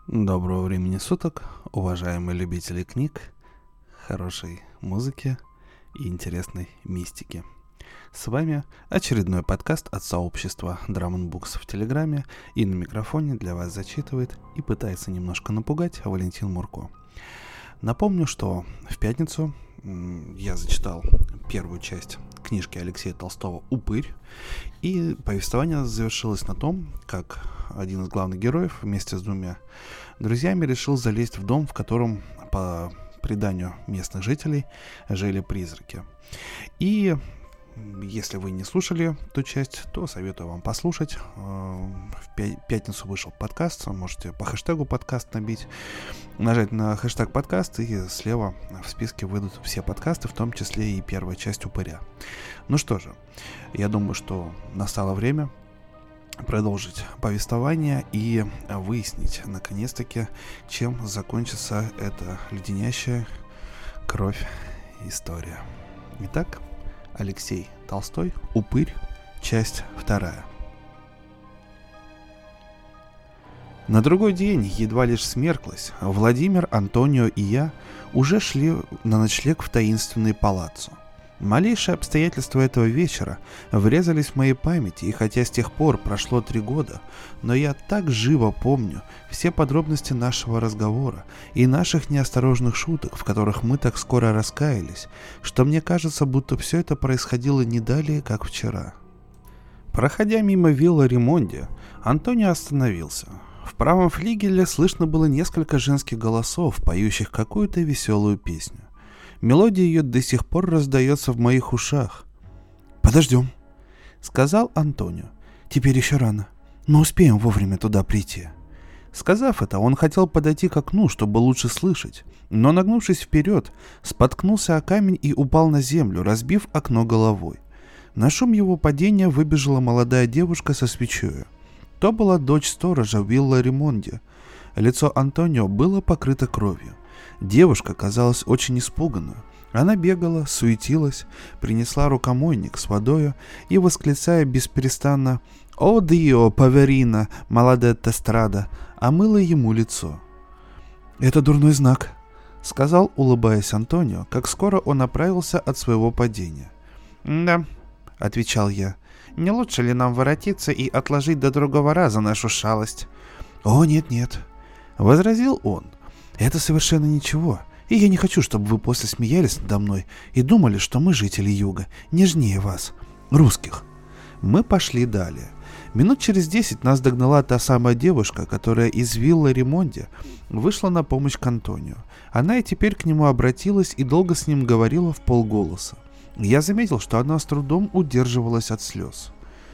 Доброго времени суток, уважаемые любители книг, хорошей музыки и интересной мистики. С вами очередной подкаст от сообщества Drum and Books в Телеграме, и на микрофоне для вас зачитывает и пытается немножко напугать Валентин Мурко. Напомню, что в пятницу я зачитал первую часть книжки Алексея Толстого «Упырь», и повествование завершилось на том, как один из главных героев вместе с двумя друзьями решил залезть в дом, в котором, по преданию местных жителей, жили призраки. И если вы не слушали ту часть, то советую вам послушать. В пятницу вышел подкаст, можете по хэштегу подкаст набить, нажать на хэштег подкаст, и слева в списке выйдут все подкасты, в том числе и первая часть «Упыря». Ну что же, я думаю, что настало время продолжить повествование и выяснить, наконец-таки, чем закончится эта леденящая кровь история. Итак, Алексей Толстой, «Упырь», часть 2. На другой день, едва лишь смерклось, Владимир, Антонио и я уже шли на ночлег в таинственный палаццо. Малейшие обстоятельства этого вечера врезались в моей памяти, и хотя с тех пор прошло 3 года, но я так живо помню все подробности нашего разговора и наших неосторожных шуток, в которых мы так скоро раскаялись, что мне кажется, будто все это происходило не далее, как вчера. Проходя мимо виллы Ремонди, Антонио остановился. В правом флигеле слышно было несколько женских голосов, поющих какую-то веселую песню. Мелодия ее до сих пор раздается в моих ушах. «Подождем», — сказал Антонио. «Теперь еще рано. Мы успеем вовремя туда прийти». Сказав это, он хотел подойти к окну, чтобы лучше слышать, но, нагнувшись вперед, споткнулся о камень и упал на землю, разбив окно головой. На шум его падения выбежала молодая девушка со свечой. То была дочь сторожа виллы Ремонди. Лицо Антонио было покрыто кровью. Девушка казалась очень испуганной. Она бегала, суетилась, принесла рукомойник с водою и, восклицая бесперестанно «О, Дио, поверина, маладетта страда», омыла ему лицо. «Это дурной знак», — сказал, улыбаясь Антонио, как скоро он оправился от своего падения. «Да», — отвечал я, — «не лучше ли нам воротиться и отложить до другого раза нашу шалость?» «О, нет-нет», — возразил он. «Это совершенно ничего, и я не хочу, чтобы вы после смеялись надо мной и думали, что мы жители юга, нежнее вас, русских». Мы пошли далее. Минут через 10 нас догнала та самая девушка, которая из виллы Ремонди вышла на помощь к Антонио. Она и теперь к нему обратилась и долго с ним говорила в полголоса. Я заметил, что она с трудом удерживалась от слез.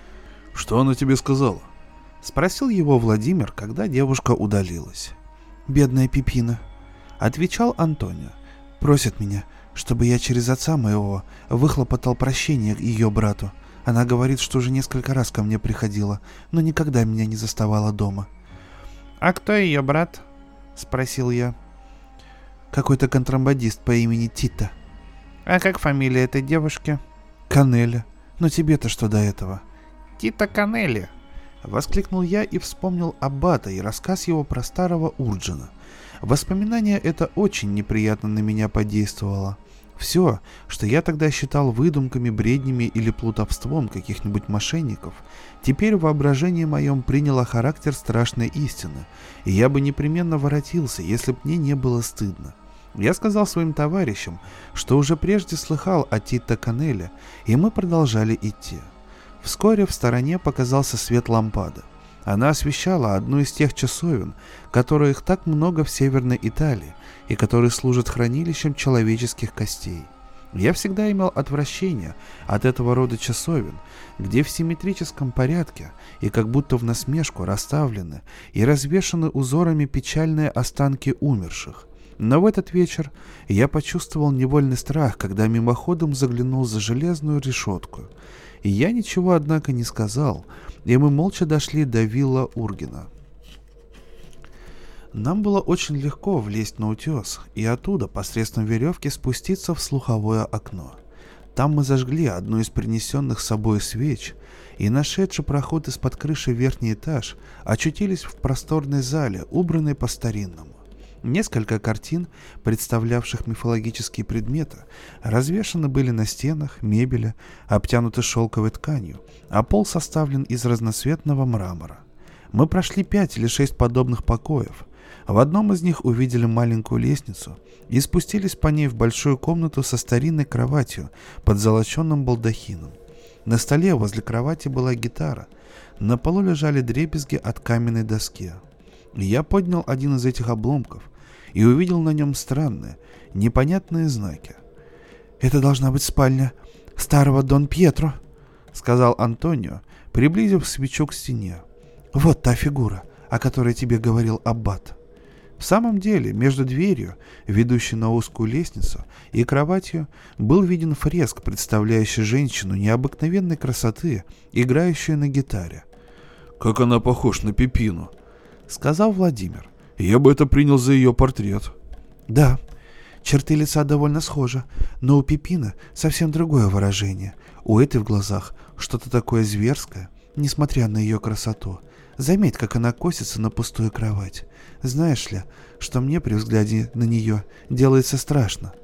«Что она тебе сказала?» — спросил его Владимир, когда девушка удалилась. «Бедная Пипина», — отвечал Антонио, — «просит меня, чтобы я через отца моего выхлопотал прощение ее брату. Она говорит, что уже несколько раз ко мне приходила, но никогда меня не заставала дома». «А кто ее брат?» — спросил я. «Какой-то контрабандист по имени Тита». «А как фамилия этой девушки?» «Канелли. Но тебе-то что до этого?» «Тита Канелли», — воскликнул я и вспомнил аббата и рассказ его про старого Урджина. Воспоминание это очень неприятно на меня подействовало. Все, что я тогда считал выдумками, бреднями или плутовством каких-нибудь мошенников, теперь в воображении моем приняло характер страшной истины, и я бы непременно воротился, если б мне не было стыдно. Я сказал своим товарищам, что уже прежде слыхал о Тито Канелли, и мы продолжали идти. Вскоре в стороне показался свет лампады. Она освещала одну из тех часовен, которых так много в Северной Италии и которые служат хранилищем человеческих костей. Я всегда имел отвращение от этого рода часовен, где в симметрическом порядке и как будто в насмешку расставлены и развешаны узорами печальные останки умерших. Но в этот вечер я почувствовал невольный страх, когда мимоходом заглянул за железную решетку. И я ничего, однако, не сказал, и мы молча дошли до вилла Ургена. Нам было очень легко влезть на утес и оттуда посредством веревки спуститься в слуховое окно. Там мы зажгли одну из принесенных с собой свеч и, нашедший проход из-под крыши в верхний этаж, очутились в просторной зале, убранной по-старинному. Несколько картин, представлявших мифологические предметы, развешаны были на стенах, мебели, обтянуты шелковой тканью, а пол составлен из разноцветного мрамора. Мы прошли 5 или 6 подобных покоев. В одном из них увидели маленькую лестницу и спустились по ней в большую комнату со старинной кроватью под золоченым балдахином. На столе возле кровати была гитара, на полу лежали дребезги от каменной доски. Я поднял один из этих обломков и увидел на нем странные, непонятные знаки. «Это должна быть спальня старого Дон Пьетро», — сказал Антонио, приблизив свечу к стене. «Вот та фигура, о которой тебе говорил аббат». В самом деле, между дверью, ведущей на узкую лестницу, и кроватью был виден фреск, представляющий женщину необыкновенной красоты, играющую на гитаре. «Как она похожа на Пепину», — сказал Владимир. «Я бы это принял за ее портрет». «Да, черты лица довольно схожи, но у Пепины совсем другое выражение. У этой в глазах что-то такое зверское, несмотря на ее красоту. Заметь, как она косится на пустую кровать. Знаешь ли, что мне при взгляде на нее делается страшно?»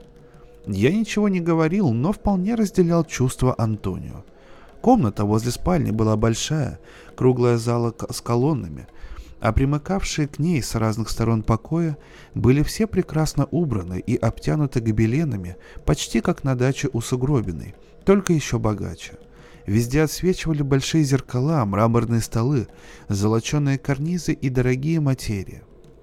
Я ничего не говорил, но вполне разделял чувства Антонио. Комната возле спальни была большая, круглая зала с колоннами, а примыкавшие к ней с разных сторон покоя были все прекрасно убраны и обтянуты гобеленами, почти как на даче у Сугробиной, только еще богаче. Везде отсвечивали большие зеркала, мраморные столы, золоченые карнизы и дорогие материи.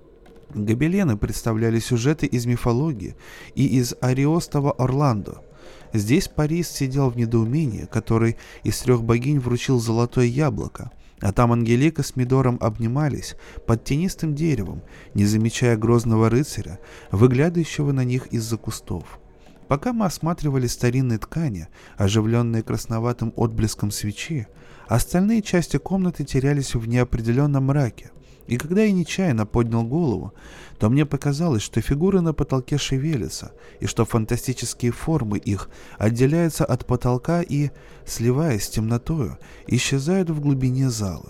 Гобелены представляли сюжеты из мифологии и из Ариостова Орландо. Здесь Парис сидел в недоумении, который из 3 богинь вручил золотое яблоко, а там Ангелика с Медором обнимались под тенистым деревом, не замечая грозного рыцаря, выглядывающего на них из-за кустов. Пока мы осматривали старинные ткани, оживленные красноватым отблеском свечи, остальные части комнаты терялись в неопределенном мраке, и когда я нечаянно поднял голову, то мне показалось, что фигуры на потолке шевелятся, и что фантастические формы их отделяются от потолка и, сливаясь с темнотою, исчезают в глубине зала.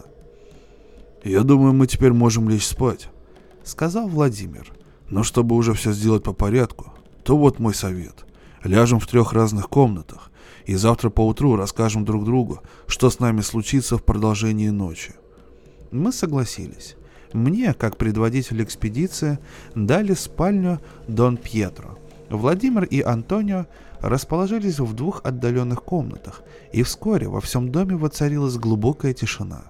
«Я думаю, мы теперь можем лечь спать», — сказал Владимир. «Но чтобы уже все сделать по порядку, то вот мой совет. Ляжем в 3 разных комнатах, и завтра поутру расскажем друг другу, что с нами случится в продолжении ночи». Мы согласились. Мне, как предводителю экспедиции, дали спальню Дон Пьетро. Владимир и Антонио расположились в 2 отдаленных комнатах, и вскоре во всем доме воцарилась глубокая тишина.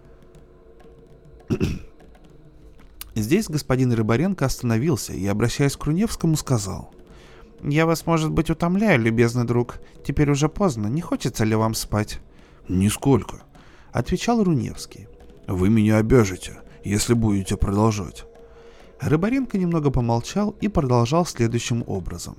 Здесь господин Рыбаренко остановился и, обращаясь к Руневскому, сказал: «Я вас, может быть, утомляю, любезный друг. Теперь уже поздно. Не хочется ли вам спать?» «Нисколько», — отвечал Руневский. «Вы меня обяжете, если будете продолжать». Рыбаренко немного помолчал и продолжал следующим образом.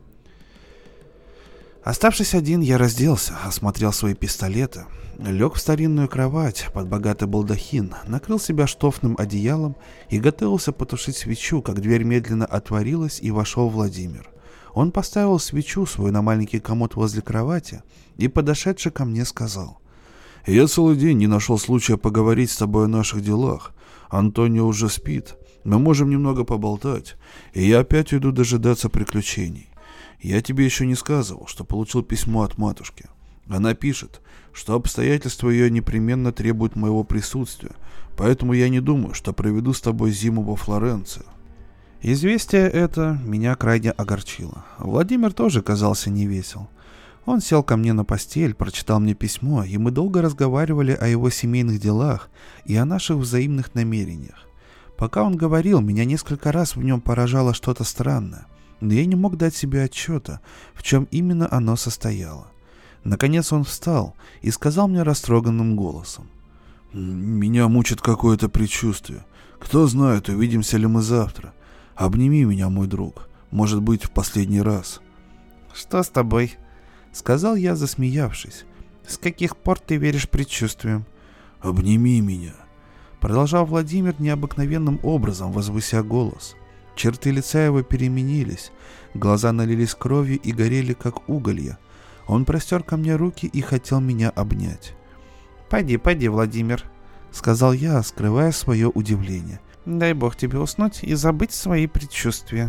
Оставшись один, я разделся, осмотрел свои пистолеты, лег в старинную кровать под богатый балдахин, накрыл себя штофным одеялом и готовился потушить свечу, как дверь медленно отворилась и вошел Владимир. Он поставил свечу свою на маленький комод возле кровати и, подошедший ко мне, сказал: «Я целый день не нашел случая поговорить с тобой о наших делах. Антонио уже спит, мы можем немного поболтать, и я опять уйду дожидаться приключений. Я тебе еще не сказывал, что получил письмо от матушки. Она пишет, что обстоятельства ее непременно требуют моего присутствия, поэтому я не думаю, что проведу с тобой зиму во Флоренции». Известие это меня крайне огорчило. Владимир тоже казался невесел. Он сел ко мне на постель, прочитал мне письмо, и мы долго разговаривали о его семейных делах и о наших взаимных намерениях. Пока он говорил, меня несколько раз в нем поражало что-то странное, но я не мог дать себе отчета, в чем именно оно состояло. Наконец он встал и сказал мне растроганным голосом: «Меня мучит какое-то предчувствие. Кто знает, увидимся ли мы завтра. Обними меня, мой друг, может быть, в последний раз». «Что с тобой?» — сказал я, засмеявшись. «С каких пор ты веришь предчувствиям?» «Обними меня», — продолжал Владимир необыкновенным образом, возвыся голос. Черты лица его переменились, глаза налились кровью и горели, как уголья. Он простер ко мне руки и хотел меня обнять. Пойди, Владимир», — сказал я, скрывая свое удивление. «Дай бог тебе уснуть и забыть свои предчувствия».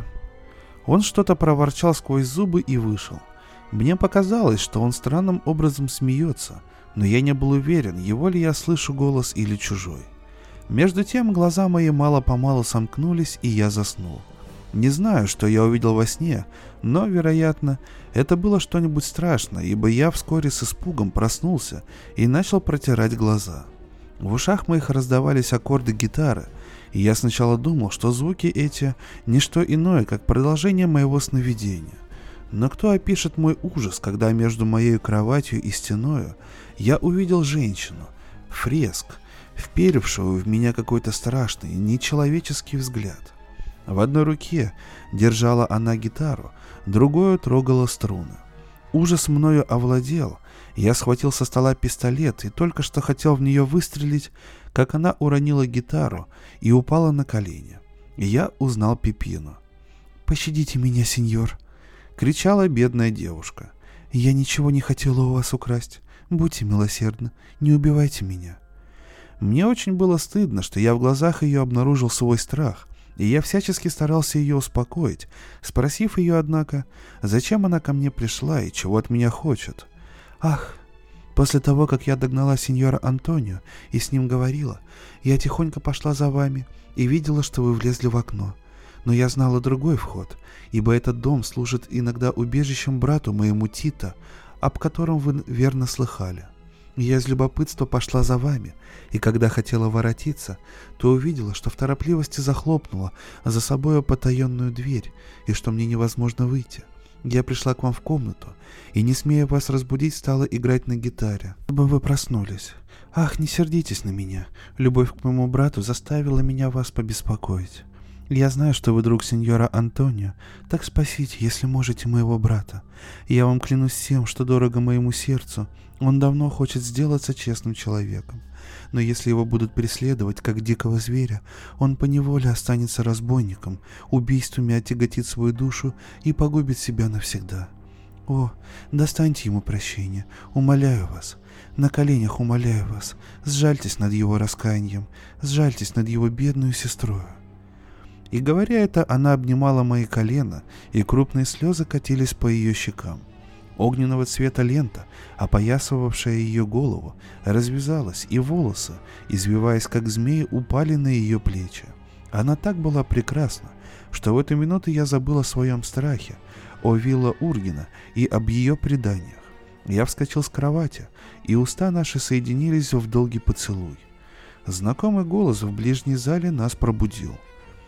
Он что-то проворчал сквозь зубы и вышел. Мне показалось, что он странным образом смеется, но я не был уверен, его ли я слышу голос или чужой. Между тем глаза мои мало-помалу сомкнулись, и я заснул. Не знаю, что я увидел во сне, но, вероятно, это было что-нибудь страшное, ибо я вскоре с испугом проснулся и начал протирать глаза. В ушах моих раздавались аккорды гитары, и я сначала думал, что звуки эти – не что иное, как продолжение моего сновидения. Но кто опишет мой ужас, когда между моей кроватью и стеною я увидел женщину, фреск, вперевшую в меня какой-то страшный, нечеловеческий взгляд. В одной руке держала она гитару, другую трогала струны. Ужас мною овладел, я схватил со стола пистолет и только что хотел в нее выстрелить, как она уронила гитару и упала на колени. Я узнал Пепину. «Пощадите меня, сеньор!» — кричала бедная девушка. «Я ничего не хотела у вас украсть. Будьте милосердны, не убивайте меня». Мне очень было стыдно, что я в глазах ее обнаружил свой страх, и я всячески старался ее успокоить, спросив ее, однако, зачем она ко мне пришла и чего от меня хочет. «Ах, после того, как я догнала сеньора Антонио и с ним говорила, я тихонько пошла за вами и видела, что вы влезли в окно. Но я знала другой вход, ибо этот дом служит иногда убежищем брату моему Тита, об котором вы верно слыхали. Я из любопытства пошла за вами, и когда хотела воротиться, то увидела, что в торопливости захлопнула за собою потаенную дверь, и что мне невозможно выйти. Я пришла к вам в комнату, и, не смея вас разбудить, стала играть на гитаре, чтобы вы проснулись. Ах, не сердитесь на меня, любовь к моему брату заставила меня вас побеспокоить. Я знаю, что вы друг сеньора Антонио, так спасите, если можете, моего брата. Я вам клянусь тем, что дорого моему сердцу, он давно хочет сделаться честным человеком. Но если его будут преследовать, как дикого зверя, он поневоле останется разбойником, убийствами отяготит свою душу и погубит себя навсегда. О, достаньте ему прощения, умоляю вас, на коленях умоляю вас, сжальтесь над его раскаянием, сжальтесь над его бедную сестрою». И говоря это, она обнимала мои колена, и крупные слезы катились по ее щекам. Огненного цвета лента, опоясывавшая ее голову, развязалась, и волосы, извиваясь как змеи, упали на ее плечи. Она так была прекрасна, что в эту минуту я забыл о своем страхе, о Вилла Ургена и об ее преданиях. Я вскочил с кровати, и уста наши соединились в долгий поцелуй. Знакомый голос в ближней зале нас пробудил.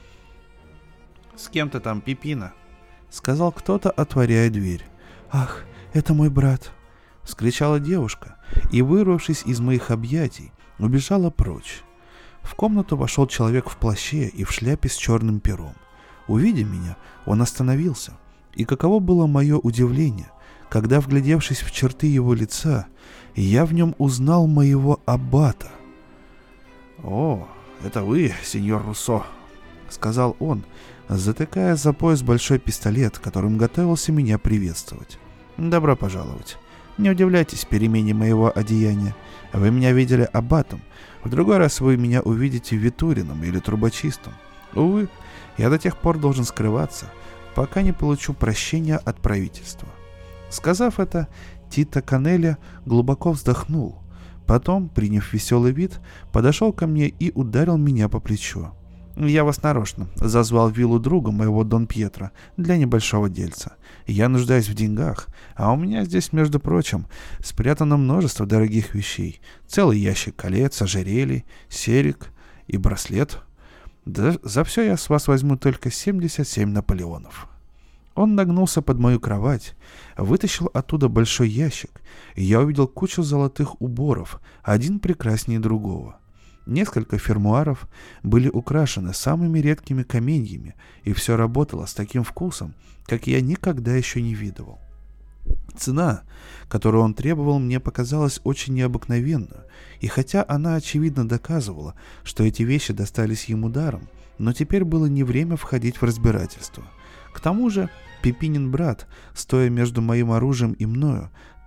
«С кем ты там, Пепина?» — сказал кто-то, отворяя дверь. «Ах, это мой брат!» — вскричала девушка, и, вырвавшись из моих объятий, убежала прочь. В комнату вошел человек в плаще и в шляпе с черным пером. Увидя меня, он остановился, и каково было мое удивление, когда, вглядевшись в черты его лица, я в нем узнал моего аббата. «О, это вы, сеньор Руссо!» — сказал он, затыкая за пояс большой пистолет, которым готовился меня приветствовать. «Добро пожаловать. Не удивляйтесь перемене моего одеяния. Вы меня видели аббатом, в другой раз вы меня увидите витурином или трубочистом. Увы, я до тех пор должен скрываться, пока не получу прощения от правительства». Сказав это, Тита Канеля глубоко вздохнул. Потом, приняв веселый вид, подошел ко мне и ударил меня по плечу. «Я вас нарочно зазвал в виллу друга моего Дон Пьетро для небольшого дельца. Я нуждаюсь в деньгах, а у меня здесь, между прочим, спрятано множество дорогих вещей. Целый ящик колец, ожерелий, серег и браслет. Да за все я с вас возьму только 77 наполеонов». Он нагнулся под мою кровать, вытащил оттуда большой ящик, и я увидел кучу золотых уборов, один прекраснее другого. Несколько фермуаров были украшены самыми редкими каменьями, и все работало с таким вкусом, как я никогда еще не видывал. Цена, которую он требовал, мне показалась очень необыкновенную, и хотя она очевидно доказывала, что эти вещи достались ему даром, но теперь было не время входить в разбирательство. К тому же Пепинин брат, стоя между моим оружием и мною,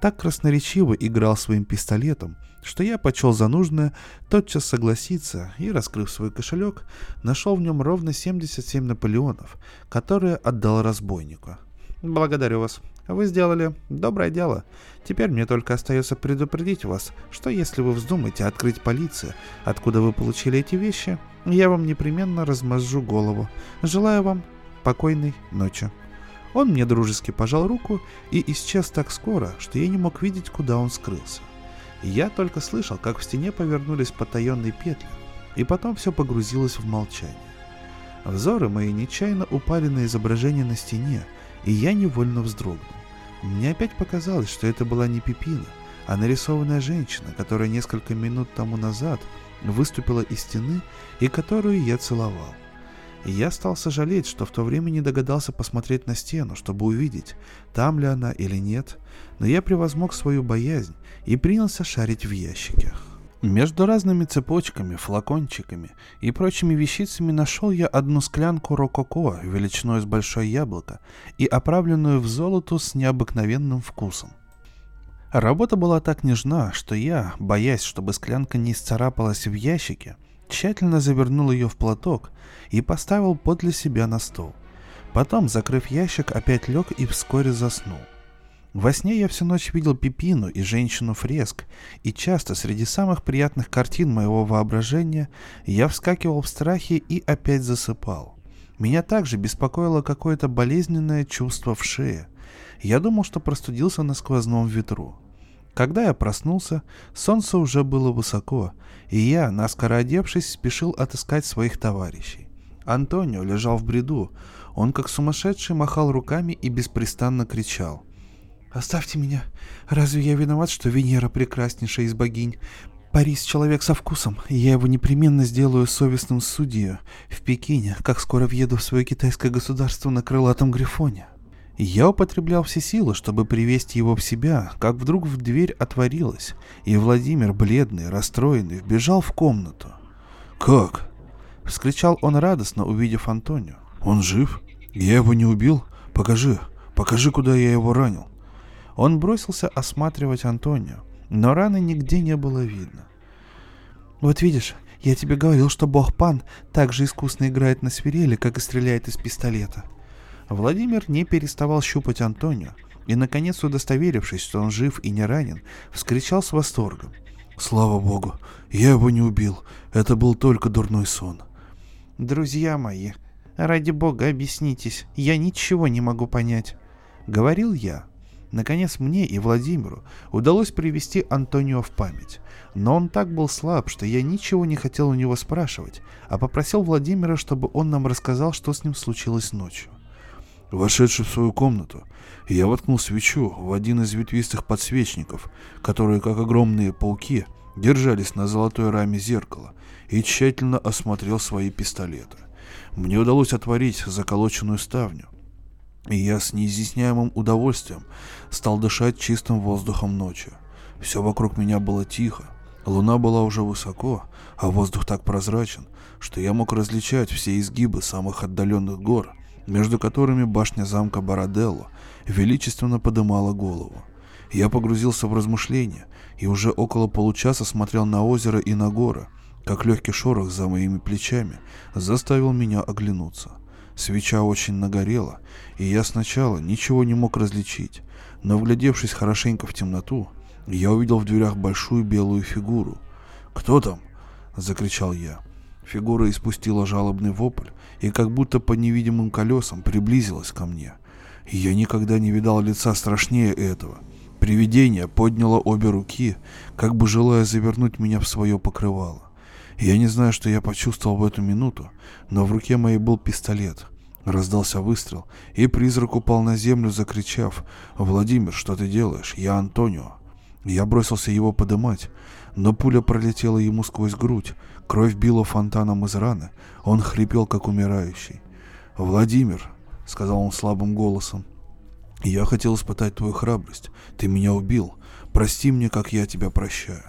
так красноречиво играл своим пистолетом, что я почел за нужное тотчас согласиться и, раскрыв свой кошелек, нашел в нем ровно 77 наполеонов, которые отдал разбойнику. «Благодарю вас. Вы сделали доброе дело. Теперь мне только остается предупредить вас, что если вы вздумаете открыть полицию, откуда вы получили эти вещи, я вам непременно размозжу голову. Желаю вам покойной ночи». Он мне дружески пожал руку и исчез так скоро, что я не мог видеть, куда он скрылся. Я только слышал, как в стене повернулись потаенные петли, и потом все погрузилось в молчание. Взоры мои нечаянно упали на изображение на стене, и я невольно вздрогнул. Мне опять показалось, что это была не Пипина, а нарисованная женщина, которая несколько минут тому назад выступила из стены и которую я целовал. И я стал сожалеть, что в то время не догадался посмотреть на стену, чтобы увидеть, там ли она или нет, но я превозмог свою боязнь и принялся шарить в ящике. Между разными цепочками, флакончиками и прочими вещицами нашел я одну склянку рококо величиной с большое яблоко и оправленную в золото с необыкновенным вкусом. Работа была так нежна, что я, боясь, чтобы склянка не исцарапалась в ящике, тщательно завернул ее в платок и поставил подле себя на стол. Потом, закрыв ящик, опять лег и вскоре заснул. Во сне я всю ночь видел Пипину и женщину-фреск, и часто среди самых приятных картин моего воображения я вскакивал в страхе и опять засыпал. Меня также беспокоило какое-то болезненное чувство в шее. Я думал, что простудился на сквозном ветру. Когда я проснулся, солнце уже было высоко, и я, наскоро одевшись, спешил отыскать своих товарищей. Антонио лежал в бреду, он как сумасшедший махал руками и беспрестанно кричал: «Оставьте меня! Разве я виноват, что Венера прекраснейшая из богинь? Парис — человек со вкусом, и я его непременно сделаю совестным судьей в Пекине, как скоро въеду в свое китайское государство на крылатом грифоне». Я употреблял все силы, чтобы привести его в себя, как вдруг в дверь отворилась, и Владимир, бледный, расстроенный, вбежал в комнату. «Как?» — вскричал он радостно, увидев Антонио. «Он жив? Я его не убил? Покажи, куда я его ранил». Он бросился осматривать Антонио, но раны нигде не было видно. «Вот видишь, я тебе говорил, что бог Пан так же искусно играет на свирели, как и стреляет из пистолета». Владимир не переставал щупать Антонио и, наконец, удостоверившись, что он жив и не ранен, вскричал с восторгом: «Слава богу, я его не убил, это был только дурной сон». «Друзья мои, ради бога, объяснитесь, я ничего не могу понять», — говорил я. Наконец мне и Владимиру удалось привести Антонио в память, но он так был слаб, что я ничего не хотел у него спрашивать, а попросил Владимира, чтобы он нам рассказал, что с ним случилось ночью. Вошедший в свою комнату, я воткнул свечу в один из ветвистых подсвечников, которые, как огромные пауки, держались на золотой раме зеркала, и тщательно осмотрел свои пистолеты. Мне удалось отворить заколоченную ставню, и я с неизъясняемым удовольствием стал дышать чистым воздухом ночи. Все вокруг меня было тихо, луна была уже высоко, а воздух так прозрачен, что я мог различать все изгибы самых отдаленных гор, между которыми башня замка Бороделло величественно подымала голову. Я погрузился в размышления и уже около получаса смотрел на озеро и на горы, как легкий шорох за моими плечами заставил меня оглянуться. Свеча очень нагорела, и я сначала ничего не мог различить, но, вглядевшись хорошенько в темноту, я увидел в дверях большую белую фигуру. «Кто там?» — закричал я. Фигура испустила жалобный вопль и как будто по невидимым колесам приблизилась ко мне. Я никогда не видал лица страшнее этого. Привидение подняло обе руки, как бы желая завернуть меня в свое покрывало. Я не знаю, что я почувствовал в эту минуту, но в руке моей был пистолет. Раздался выстрел, и призрак упал на землю, закричав: «Владимир, что ты делаешь? Я Антонио». Я бросился его подымать, но пуля пролетела ему сквозь грудь, кровь била фонтаном из раны, он хрипел, как умирающий. «Владимир», — сказал он слабым голосом, — «я хотел испытать твою храбрость, ты меня убил, прости мне, как я тебя прощаю».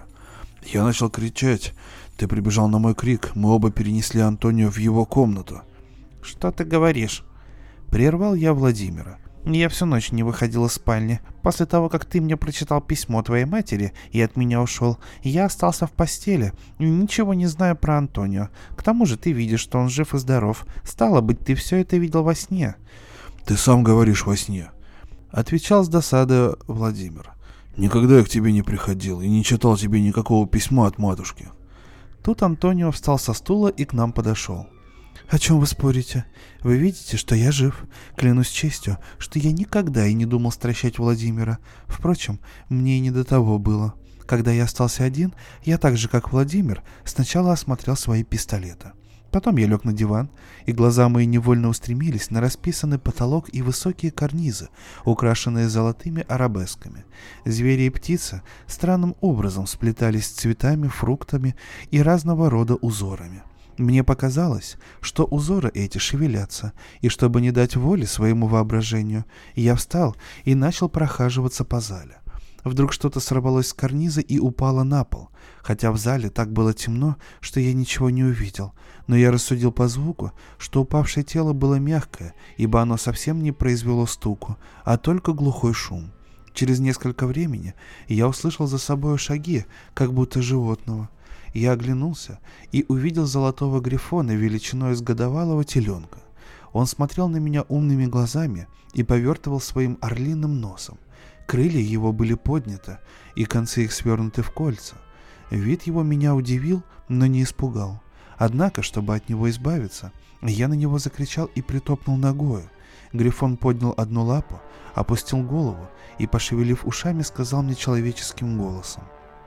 Я начал кричать, ты прибежал на мой крик, мы оба перенесли Антонио в его комнату. «Что ты говоришь?» — прервал я Владимира. Я всю ночь не выходил из спальни. После того, как ты мне прочитал письмо твоей матери и от меня ушел, я остался в постели и ничего не знаю про Антонио. К тому же ты видишь, что он жив и здоров. Стало быть, ты все это видел во сне». «Ты сам говоришь во сне», — отвечал с досадой Владимир. «Никогда я к тебе не приходил и не читал тебе никакого письма от матушки». Тут Антонио встал со стула и к нам подошел. «О чем вы спорите? Вы видите, что я жив. Клянусь честью, что я никогда и не думал стращать Владимира. Впрочем, мне и не до того было. Когда я остался один, я так же, как Владимир, сначала осмотрел свои пистолеты. Потом я лег на диван, и глаза мои невольно устремились на расписанный потолок и высокие карнизы, украшенные золотыми арабесками. Звери и птицы странным образом сплетались с цветами, фруктами и разного рода узорами. Мне показалось, что узоры эти шевелятся, и чтобы не дать воли своему воображению, я встал и начал прохаживаться по зале. Вдруг что-то сорвалось с карниза и упало на пол, хотя в зале так было темно, что я ничего не увидел, но я рассудил по звуку, что упавшее тело было мягкое, ибо оно совсем не произвело стуку, а только глухой шум. Через несколько времени я услышал за собой шаги, как будто животного. Я оглянулся и увидел золотого грифона величиной с годовалого теленка. Он смотрел на меня умными глазами и повертывал своим орлиным носом. Крылья его были подняты, и концы их свернуты в кольца. Вид его меня удивил, но не испугал. Однако, чтобы от него избавиться, я на него закричал и притопнул ногою. Грифон поднял одну лапу, опустил голову и, пошевелив ушами, сказал мне человеческим голосом: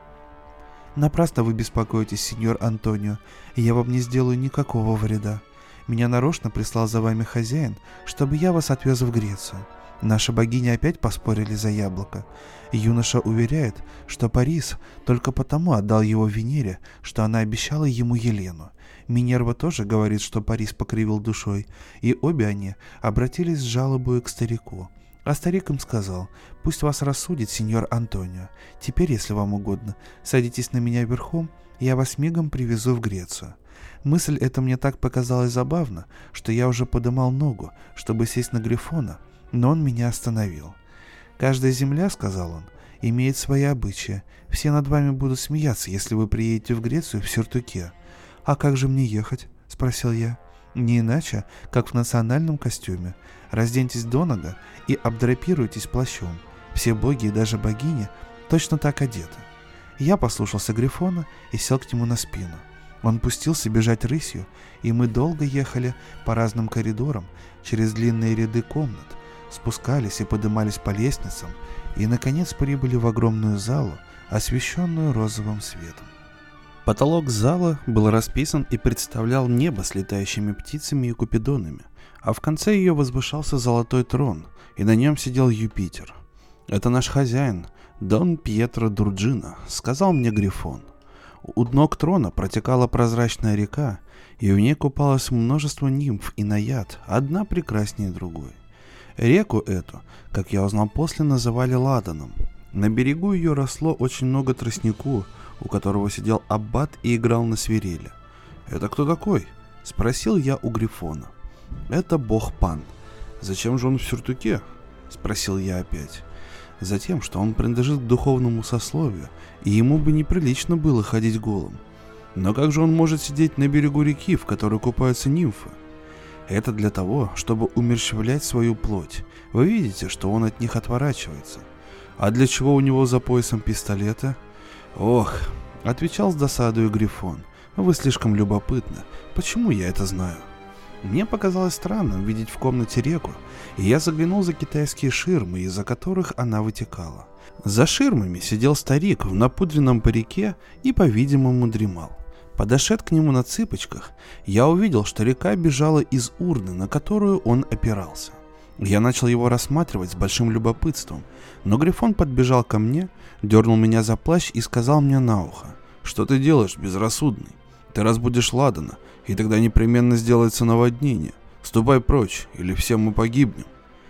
«Напрасно вы беспокоитесь, сеньор Антонио, я вам не сделаю никакого вреда. Меня нарочно прислал за вами хозяин, чтобы я вас отвез в Грецию. Наши богини опять поспорили за яблоко. Юноша уверяет, что Парис только потому отдал его Венере, что она обещала ему Елену. Минерва тоже говорит, что Парис покривил душой, и обе они обратились с жалобой к старику. А старик им сказал: «Пусть вас рассудит сеньор Антонио. Теперь, если вам угодно, садитесь на меня верхом, я вас мигом привезу в Грецию». Мысль эта мне так показалась забавна, что я уже подымал ногу, чтобы сесть на Грифона, но он меня остановил. «Каждая земля, — сказал он, — имеет свои обычаи. Все над вами будут смеяться, если вы приедете в Грецию в сюртуке». «А как же мне ехать?» — спросил я. «Не иначе, как в национальном костюме. Разденьтесь донага и обдрапируйтесь плащом. Все боги и даже богини точно так одеты». Я послушался Грифона и сел к нему на спину. Он пустился бежать рысью, и мы долго ехали по разным коридорам, через длинные ряды комнат, спускались и поднимались по лестницам, и, наконец, прибыли в огромную залу, освещенную розовым светом. Потолок зала был расписан и представлял небо с летающими птицами и купидонами, а в конце ее возвышался золотой трон, и на нем сидел Юпитер. «Это наш хозяин, Дон Пьетро Дурджино», — сказал мне Грифон. У ног трона протекала прозрачная река, и в ней купалось множество нимф и наяд, одна прекраснее другой. Реку эту, как я узнал после, называли Ладаном. На берегу ее росло очень много тростнику, у которого сидел аббат и играл на свирели. «Это кто такой?» — спросил я у Грифона. «Это бог Пан». «Зачем же он в сюртуке?» — спросил я опять. «Затем, что он принадлежит к духовному сословию, и ему бы неприлично было ходить голым. Но как же он может сидеть на берегу реки, в которой купаются нимфы?» «Это для того, чтобы умерщвлять свою плоть. Вы видите, что он от них отворачивается. А для чего у него за поясом пистолеты?» «Ох», — отвечал с досадой Грифон, — «вы слишком любопытны. Почему я это знаю?» Мне показалось странным видеть в комнате реку, и я заглянул за китайские ширмы, из-за которых она вытекала. За ширмами сидел старик в напудренном парике и, по-видимому, дремал. Подошед к нему на цыпочках, я увидел, что река бежала из урны, на которую он опирался. Я начал его рассматривать с большим любопытством, но Грифон подбежал ко мне, дернул меня за плащ и сказал мне на ухо: «Что ты делаешь, безрассудный? Ты разбудишь Ладана, и тогда непременно сделается наводнение. Ступай прочь, или все мы погибнем».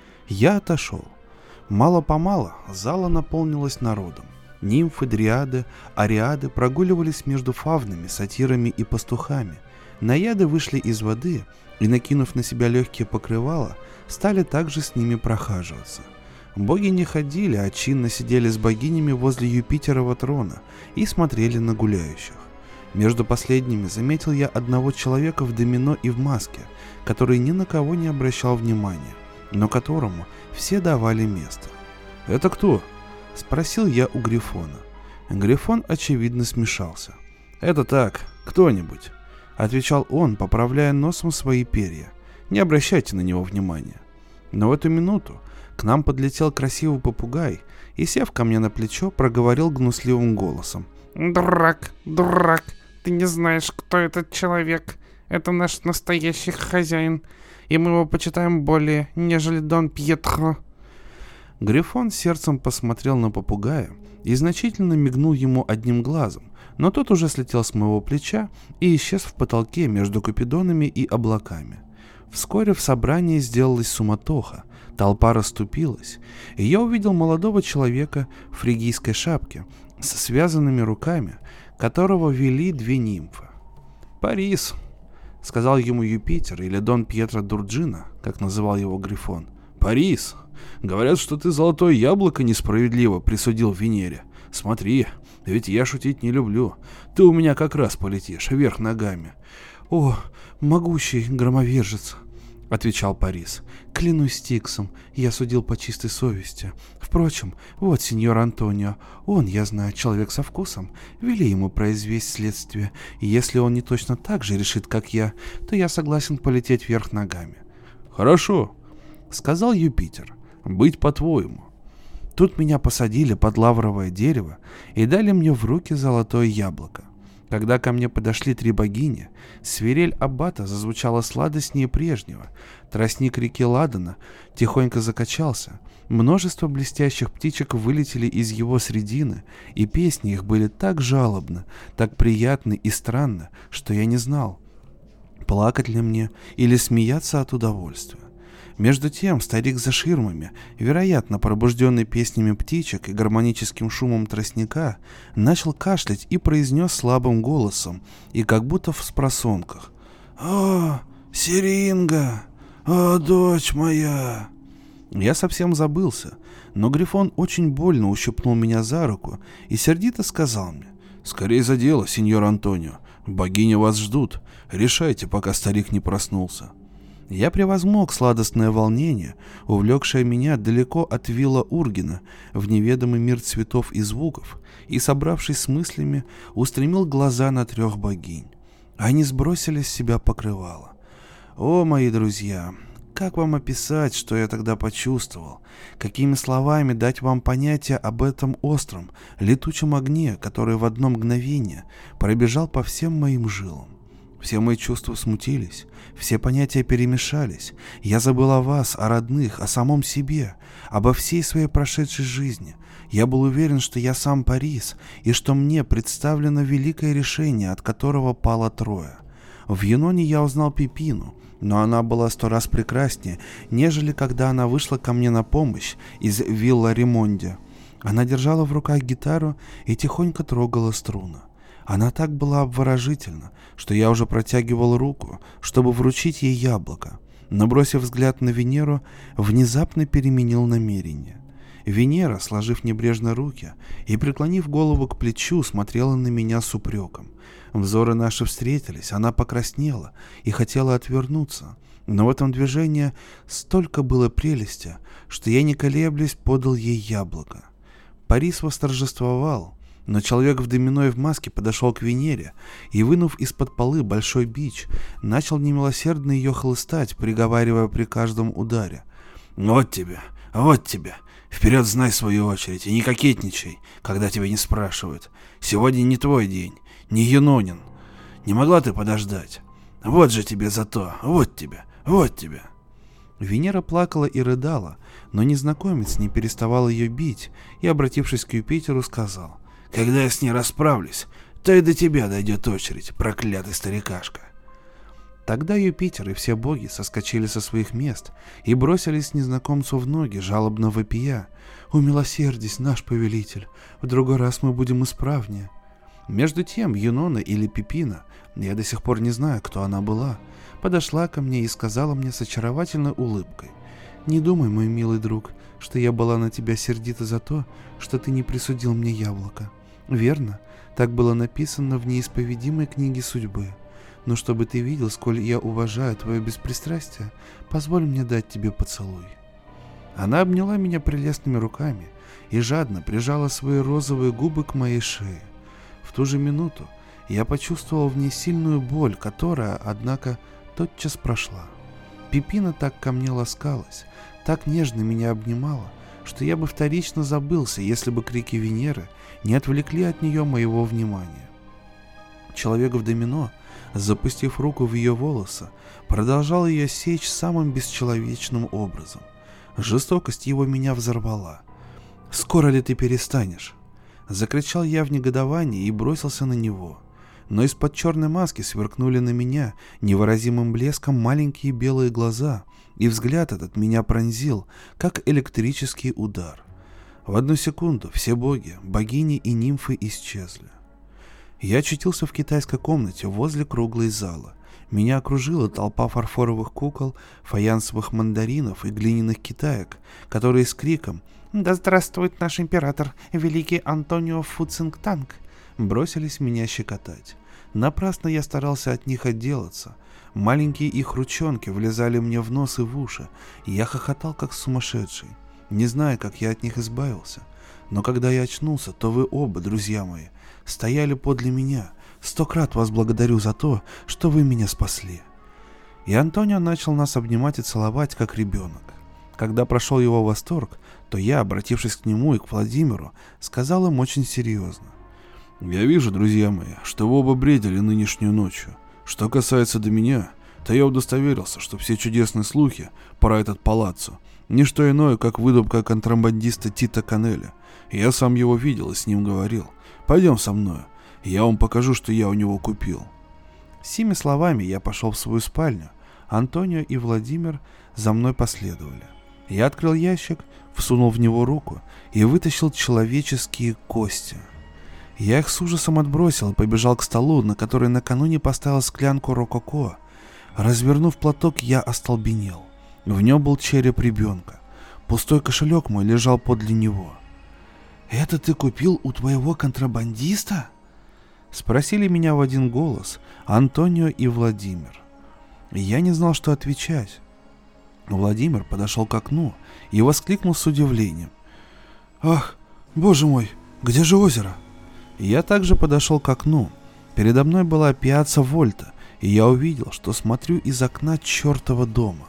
Я отошел. Мало-помалу зала наполнилась народом. Нимфы, дриады, ариады прогуливались между фавнами, сатирами и пастухами. Наяды вышли из воды и, накинув на себя легкие покрывала, стали также с ними прохаживаться. Боги не ходили, а чинно сидели с богинями возле Юпитерова трона и смотрели на гуляющих. Между последними заметил я одного человека в домино и в маске, который ни на кого не обращал внимания, но которому все давали место. «Это кто?» — спросил я у Грифона. Грифон, очевидно, смешался. «Это так, кто-нибудь», — отвечал он, поправляя носом свои перья. «Не обращайте на него внимания». Но в эту минуту к нам подлетел красивый попугай и, сев ко мне на плечо, проговорил гнусливым голосом. «Дурак, дурак, ты не знаешь, кто этот человек. Это наш настоящий хозяин, и мы его почитаем более, нежели Дон Пьетро». Грифон сердцем посмотрел на попугая и значительно мигнул ему одним глазом, но тот уже слетел с моего плеча и исчез в потолке между Купидонами и облаками. Вскоре в собрании сделалась суматоха, толпа расступилась, и я увидел молодого человека в фригийской шапке с связанными руками, которого вели две нимфы. «Парис», — сказал ему Юпитер, или Дон Пьетро Дурджино, как называл его Грифон. «Парис, говорят, что ты золотое яблоко несправедливо присудил Венере. Смотри, ведь я шутить не люблю. Ты у меня как раз полетишь вверх ногами». «О, могущий громовержец», — отвечал Парис, — «клянусь Стиксом, я судил по чистой совести. Впрочем, вот сеньор Антонио, он, я знаю, человек со вкусом. Вели ему произвести следствие, и если он не точно так же решит, как я, то я согласен полететь вверх ногами». «Хорошо», — сказал Юпитер, — «быть по-твоему». Тут меня посадили под лавровое дерево и дали мне в руки золотое яблоко. Когда ко мне подошли три богини, свирель аббата зазвучала сладостнее прежнего, тростник реки Ладана тихонько закачался, множество блестящих птичек вылетели из его средины, и песни их были так жалобны, так приятны и странны, что я не знал, плакать ли мне или смеяться от удовольствия. Между тем старик за ширмами, вероятно пробужденный песнями птичек и гармоническим шумом тростника, начал кашлять и произнес слабым голосом и как будто в спросонках: «О, Серинга! О, дочь моя!» Я совсем забылся, но Грифон очень больно ущипнул меня за руку и сердито сказал мне: «Скорей за дело, сеньор Антонио, богини вас ждут, решайте, пока старик не проснулся». Я превозмог сладостное волнение, увлекшее меня далеко от вилла Ургена в неведомый мир цветов и звуков, и, собравшись с мыслями, устремил глаза на трех богинь. Они сбросили с себя покрывало. О, мои друзья, как вам описать, что я тогда почувствовал? Какими словами дать вам понятие об этом остром, летучем огне, который в одно мгновение пробежал по всем моим жилам? Все мои чувства смутились, все понятия перемешались. Я забыл о вас, о родных, о самом себе, обо всей своей прошедшей жизни. Я был уверен, что я сам Парис, и что мне представлено великое решение, от которого пало трое. В Юноне я узнал Пипину, но она была 100 раз прекраснее, нежели когда она вышла ко мне на помощь из вилла Ремонди. Она держала в руках гитару и тихонько трогала струны. Она так была обворожительна, что я уже протягивал руку, чтобы вручить ей яблоко, но, бросив взгляд на Венеру, внезапно переменил намерение. Венера, сложив небрежно руки и преклонив голову к плечу, смотрела на меня с упреком. Взоры наши встретились, она покраснела и хотела отвернуться, но в этом движении столько было прелести, что я, не колеблясь, подал ей яблоко. Парис восторжествовал, но человек в домино и в маске подошел к Венере и, вынув из-под полы большой бич, начал немилосердно ее хлыстать, приговаривая при каждом ударе: вот тебе, вперед знай свою очередь и не кокетничай, когда тебя не спрашивают. Сегодня не твой день, не Юнонин. Не могла ты подождать? Вот же тебе за то, вот тебе». Венера плакала и рыдала, но незнакомец не переставал ее бить и, обратившись к Юпитеру, сказал: «Когда я с ней расправлюсь, то и до тебя дойдет очередь, проклятый старикашка». Тогда Юпитер и все боги соскочили со своих мест и бросились незнакомцу в ноги, жалобно вопия: «Умилосердись, наш повелитель, в другой раз мы будем исправнее». Между тем Юнона или Пипина, я до сих пор не знаю, кто она была, подошла ко мне и сказала мне с очаровательной улыбкой: «Не думай, мой милый друг, что я была на тебя сердита за то, что ты не присудил мне яблоко. Верно, так было написано в неисповедимой книге судьбы. Но чтобы ты видел, сколь я уважаю твое беспристрастие, позволь мне дать тебе поцелуй». Она обняла меня прелестными руками и жадно прижала свои розовые губы к моей шее. В ту же минуту я почувствовал в ней сильную боль, которая, однако, тотчас прошла. Пипина так ко мне ласкалась, так нежно меня обнимала, что я бы вторично забылся, если бы крики Венеры не отвлекли от нее моего внимания. Человек в домино, запустив руку в ее волосы, продолжал ее сечь самым бесчеловечным образом. Жестокость его меня взорвала. «Скоро ли ты перестанешь?» — закричал я в негодовании и бросился на него. Но из-под черной маски сверкнули на меня невыразимым блеском маленькие белые глаза, и взгляд этот меня пронзил, как электрический удар. В одну секунду все боги, богини и нимфы исчезли. Я очутился в китайской комнате возле круглой залы. Меня окружила толпа фарфоровых кукол, фаянсовых мандаринов и глиняных китаек, которые с криком «Да здравствует наш император, великий Антонио Фуцинктанг!» бросились меня щекотать. Напрасно я старался от них отделаться. Маленькие их ручонки влезали мне в нос и в уши, и я хохотал как сумасшедший, не зная, как я от них избавился. Но когда я очнулся, то вы оба, друзья мои, стояли подле меня. 100 крат вас благодарю за то, что вы меня спасли. И Антонио начал нас обнимать и целовать, как ребенок. Когда прошел его восторг, то я, обратившись к нему и к Владимиру, сказал им очень серьезно: «Я вижу, друзья мои, что вы оба бредили нынешнюю ночью. Что касается до меня, то я удостоверился, что все чудесные слухи про этот палаццо — не что иное, как выдумка контрабандиста Тита Канеля. Я сам его видел и с ним говорил. Пойдем со мною, я вам покажу, что я у него купил». С сими словами я пошел в свою спальню. Антонио и Владимир за мной последовали. Я открыл ящик, всунул в него руку и вытащил человеческие кости. Я их с ужасом отбросил и побежал к столу, на который накануне поставил склянку рококо. Развернув платок, я остолбенел. В нем был череп ребенка. Пустой кошелек мой лежал подле него. «Это ты купил у твоего контрабандиста?» Спросили меня в один голос Антонио и Владимир. Я не знал, что отвечать. Владимир подошел к окну и воскликнул с удивлением: «Ах, боже мой, где же озеро?» Я также подошел к окну. Передо мной была пиацца Вольта, и я увидел, что смотрю из окна чертова дома.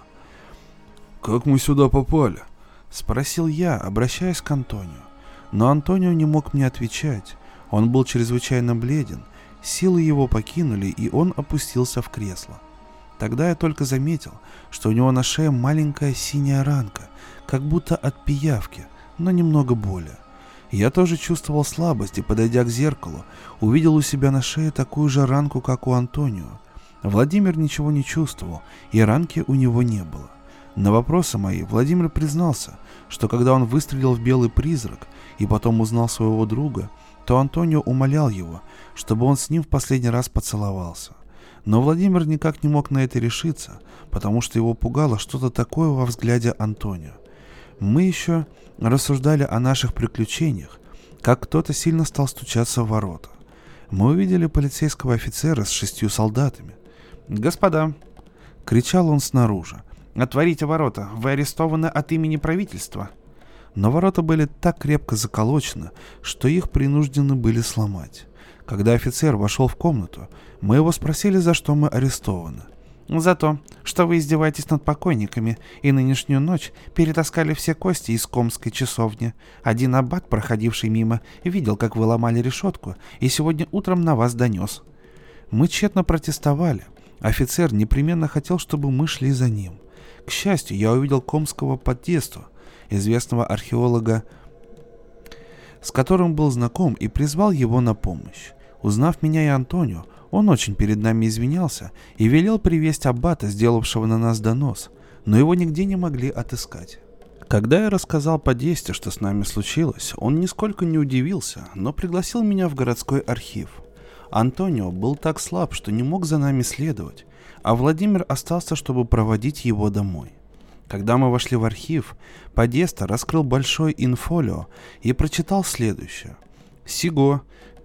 «Как мы сюда попали?» — спросил я, обращаясь к Антонио. Но Антонио не мог мне отвечать. Он был чрезвычайно бледен, силы его покинули, и он опустился в кресло. Тогда я только заметил, что у него на шее маленькая синяя ранка, как будто от пиявки, но немного более. Я тоже чувствовал слабость и, подойдя к зеркалу, увидел у себя на шее такую же ранку, как у Антонио. Владимир ничего не чувствовал, и ранки у него не было. На вопросы мои Владимир признался, что когда он выстрелил в белый призрак и потом узнал своего друга, то Антонио умолял его, чтобы он с ним в последний раз поцеловался. Но Владимир никак не мог на это решиться, потому что его пугало что-то такое во взгляде Антонио. Мы еще рассуждали о наших приключениях, как кто-то сильно стал стучаться в ворота. Мы увидели полицейского офицера с 6 солдатами. «Господа!» — кричал он снаружи. «Отворите ворота, вы арестованы от имени правительства». Но ворота были так крепко заколочены, что их принуждены были сломать. Когда офицер вошел в комнату, мы его спросили, за что мы арестованы. «За то, что вы издеваетесь над покойниками и нынешнюю ночь перетаскали все кости из комской часовни. Один аббат, проходивший мимо, видел, как вы ломали решетку, и сегодня утром на вас донес». Мы тщетно протестовали. Офицер непременно хотел, чтобы мы шли за ним. К счастью, я увидел комского Подесту, известного археолога, с которым был знаком, и призвал его на помощь. Узнав меня и Антонио, он очень перед нами извинялся и велел привезть аббата, сделавшего на нас донос, но его нигде не могли отыскать. Когда я рассказал Подесте, что с нами случилось, он нисколько не удивился, но пригласил меня в городской архив. Антонио был так слаб, что не мог за нами следовать, а Владимир остался, чтобы проводить его домой. Когда мы вошли в архив, Подеста раскрыл большой инфолио и прочитал следующее. Сего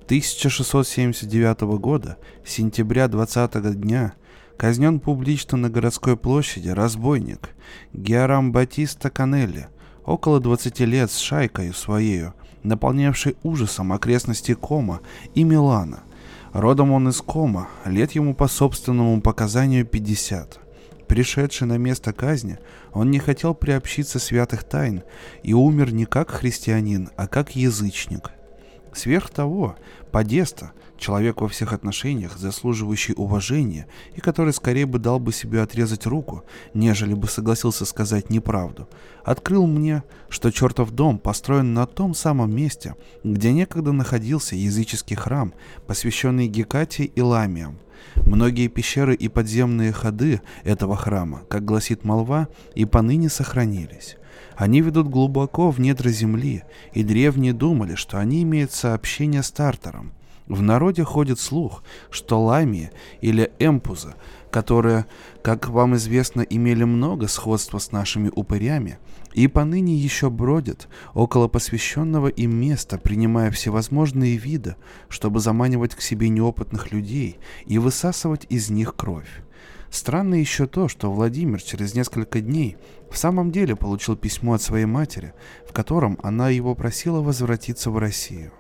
1679 года, сентября 20-го дня, казнен публично на городской площади разбойник Георам Батиста Канелли, около 20 лет с шайкою своею, наполнявший ужасом окрестности Кома и Милана. Родом он из Кома, лет ему по собственному показанию 50. Пришедший на место казни, он не хотел приобщиться святых тайн и умер не как христианин, а как язычник. Сверх того, Подеста, человек во всех отношениях, заслуживающий уважения и который скорее бы дал бы себе отрезать руку, нежели бы согласился сказать неправду, открыл мне, что чертов дом построен на том самом месте, где некогда находился языческий храм, посвященный Гекате и Ламиям. Многие пещеры и подземные ходы этого храма, как гласит молва, и поныне сохранились. Они ведут глубоко в недра земли, и древние думали, что они имеют сообщение с Тартаром. В народе ходит слух, что Ламия или Эмпуза, которые, как вам известно, имели много сходства с нашими упырями, и поныне еще бродят около посвященного им места, принимая всевозможные виды, чтобы заманивать к себе неопытных людей и высасывать из них кровь. Странно еще то, что Владимир через несколько дней в самом деле получил письмо от своей матери, в котором она его просила возвратиться в Россию.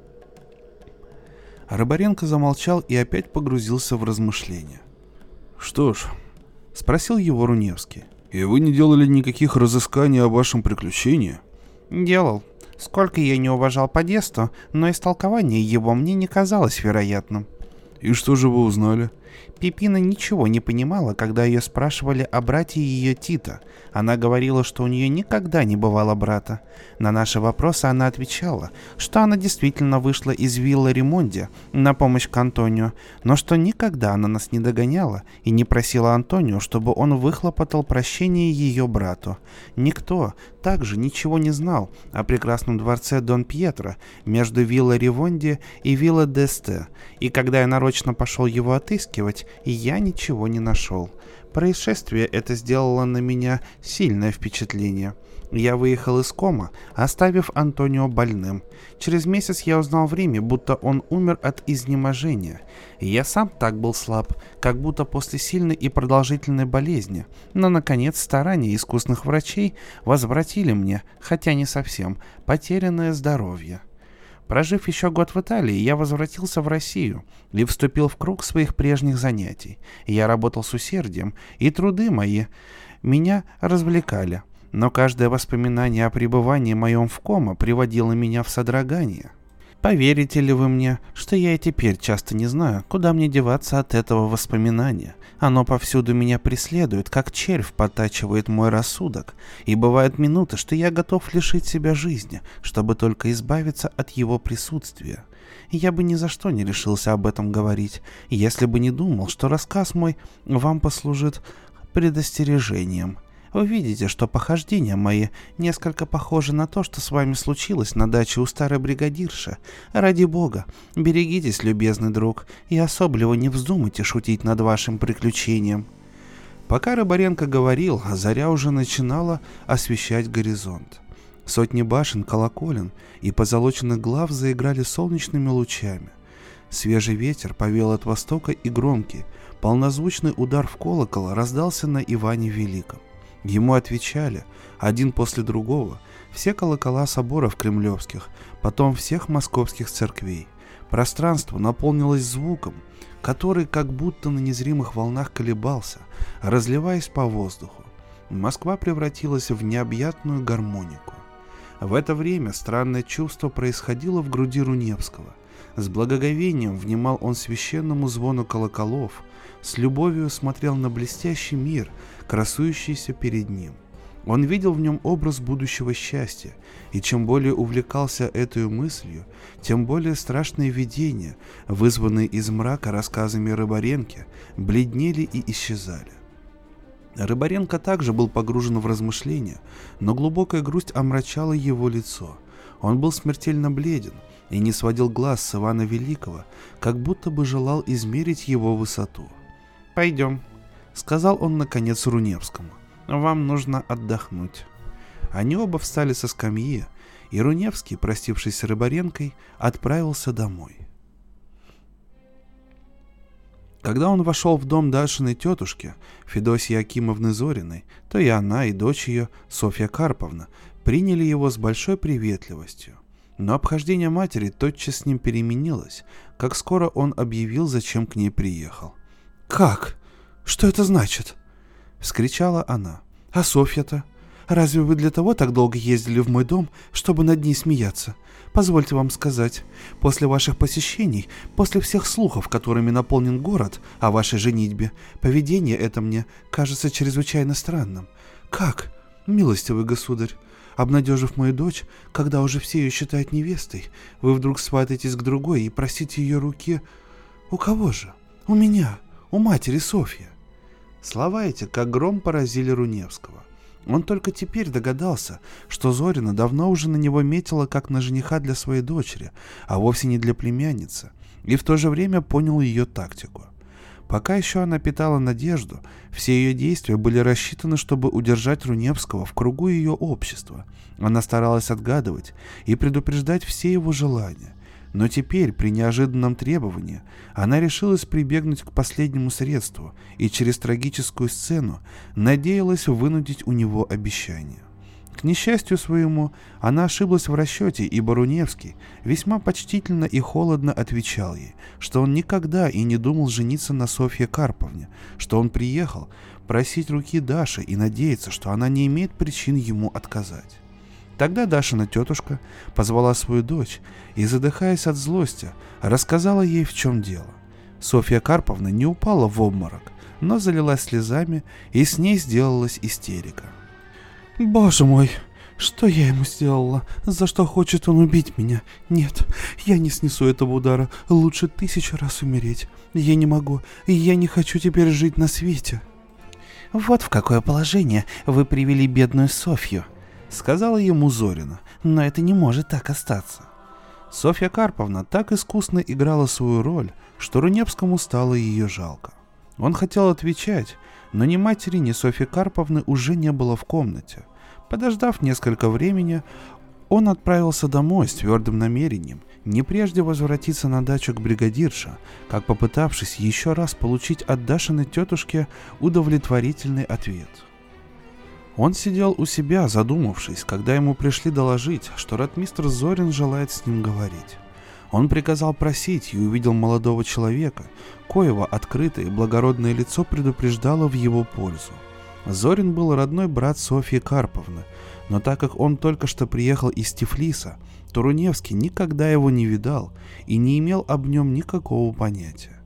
Рыбаренко замолчал и опять погрузился в размышления. «Что ж», — спросил его Руневский, — «и вы не делали никаких разысканий о вашем приключении?» «Делал. Сколько я не уважал Подесту, но истолкование его мне не казалось вероятным». «И что же вы узнали?» Пипина ничего не понимала, когда ее спрашивали о брате ее Тита. Она говорила, что у нее никогда не бывало брата. На наши вопросы она отвечала, что она действительно вышла из вилла Ремонди на помощь к Антонио, но что никогда она нас не догоняла и не просила Антонио, чтобы он выхлопотал прощение ее брату. Никто также ничего не знал о прекрасном дворце Дон Пьетро между вилла Ремонди и вилла Десте, и когда я нарочно пошел его отыскивать, я ничего не нашел. Происшествие это сделало на меня сильное впечатление. Я выехал из Кома, оставив Антонио больным. Через месяц я узнал в Риме, будто он умер от изнеможения. Я сам так был слаб, как будто после сильной и продолжительной болезни. Но, наконец, старания искусных врачей возвратили мне, хотя не совсем, потерянное здоровье. Прожив еще год в Италии, я возвратился в Россию и вступил в круг своих прежних занятий. Я работал с усердием, и труды мои меня развлекали. Но каждое воспоминание о пребывании моем в Кома приводило меня в содрогание. Поверите ли вы мне, что я и теперь часто не знаю, куда мне деваться от этого воспоминания? Оно повсюду меня преследует, как червь подтачивает мой рассудок, и бывают минуты, что я готов лишить себя жизни, чтобы только избавиться от его присутствия. Я бы ни за что не решился об этом говорить, если бы не думал, что рассказ мой вам послужит предостережением. Вы видите, что похождения мои несколько похожи на то, что с вами случилось на даче у старой бригадирши. Ради бога, берегитесь, любезный друг, и особливо не вздумайте шутить над вашим приключением». Пока Рыбаренко говорил, заря уже начинала освещать горизонт. Сотни башен, колоколен и позолоченных глав заиграли солнечными лучами. Свежий ветер повел от востока, и громкий, полнозвучный удар в колокол раздался на Иване Великом. Ему отвечали, один после другого, все колокола соборов кремлевских, потом всех московских церквей. Пространство наполнилось звуком, который как будто на незримых волнах колебался, разливаясь по воздуху. Москва превратилась в необъятную гармонику. В это время странное чувство происходило в груди Руневского. С благоговением внимал он священному звону колоколов, с любовью смотрел на блестящий мир, красующийся перед ним. Он видел в нем образ будущего счастья, и чем более увлекался этой мыслью, тем более страшные видения, вызванные из мрака рассказами Рыбаренки, бледнели и исчезали. Рыбаренко также был погружен в размышления, но глубокая грусть омрачала его лицо. Он был смертельно бледен и не сводил глаз с Ивана Великого, как будто бы желал измерить его высоту. «Пойдем», — сказал он наконец Руневскому. «Вам нужно отдохнуть». Они оба встали со скамьи, и Руневский, простившись с Рыбаренкой, отправился домой. Когда он вошел в дом Дашиной тетушки, Федосьи Акимовны Зориной, то и она, и дочь ее, Софья Карповна, приняли его с большой приветливостью. Но обхождение матери тотчас с ним переменилось, как скоро он объявил, зачем к ней приехал. «Как? Что это значит?» — вскричала она. «А Софья-то? Разве вы для того так долго ездили в мой дом, чтобы над ней смеяться? Позвольте вам сказать, после ваших посещений, после всех слухов, которыми наполнен город о вашей женитьбе, поведение это мне кажется чрезвычайно странным. Как, милостивый государь, обнадежив мою дочь, когда уже все ее считают невестой, вы вдруг сватаетесь к другой и просите ее руки? У кого же? У меня, у матери Софьи». Слова эти, как гром, поразили Руневского. Он только теперь догадался, что Зорина давно уже на него метила как на жениха для своей дочери, а вовсе не для племянницы, и в то же время понял ее тактику. Пока еще она питала надежду, все ее действия были рассчитаны, чтобы удержать Руневского в кругу ее общества. Она старалась отгадывать и предупреждать все его желания. Но теперь, при неожиданном требовании, она решилась прибегнуть к последнему средству и через трагическую сцену надеялась вынудить у него обещание. К несчастью своему, она ошиблась в расчете, ибо Руневский весьма почтительно и холодно отвечал ей, что он никогда и не думал жениться на Софье Карповне, что он приехал просить руки Даши и надеяться, что она не имеет причин ему отказать. Тогда Дашина тетушка позвала свою дочь и, задыхаясь от злости, рассказала ей, в чем дело. Софья Карповна не упала в обморок, но залилась слезами, и с ней сделалась истерика. «Боже мой, что я ему сделала? За что хочет он убить меня? Нет, я не снесу этого удара, лучше 1000 раз умереть. Я не могу, и я не хочу теперь жить на свете». «Вот в какое положение вы привели бедную Софью», — сказала ему Зорина, — «но это не может так остаться». Софья Карповна так искусно играла свою роль, что Руневскому стало ее жалко. Он хотел отвечать, но ни матери, ни Софьи Карповны уже не было в комнате. Подождав несколько времени, он отправился домой с твердым намерением не прежде возвратиться на дачу к бригадирше, как попытавшись еще раз получить от Дашиной тетушки удовлетворительный ответ. Он сидел у себя, задумавшись, когда ему пришли доложить, что ротмистр Зорин желает с ним говорить. Он приказал просить и увидел молодого человека, коего открытое и благородное лицо предупреждало в его пользу. Зорин был родной брат Софьи Карповны, но так как он только что приехал из Тифлиса, то Руневский никогда его не видал и не имел об нем никакого понятия.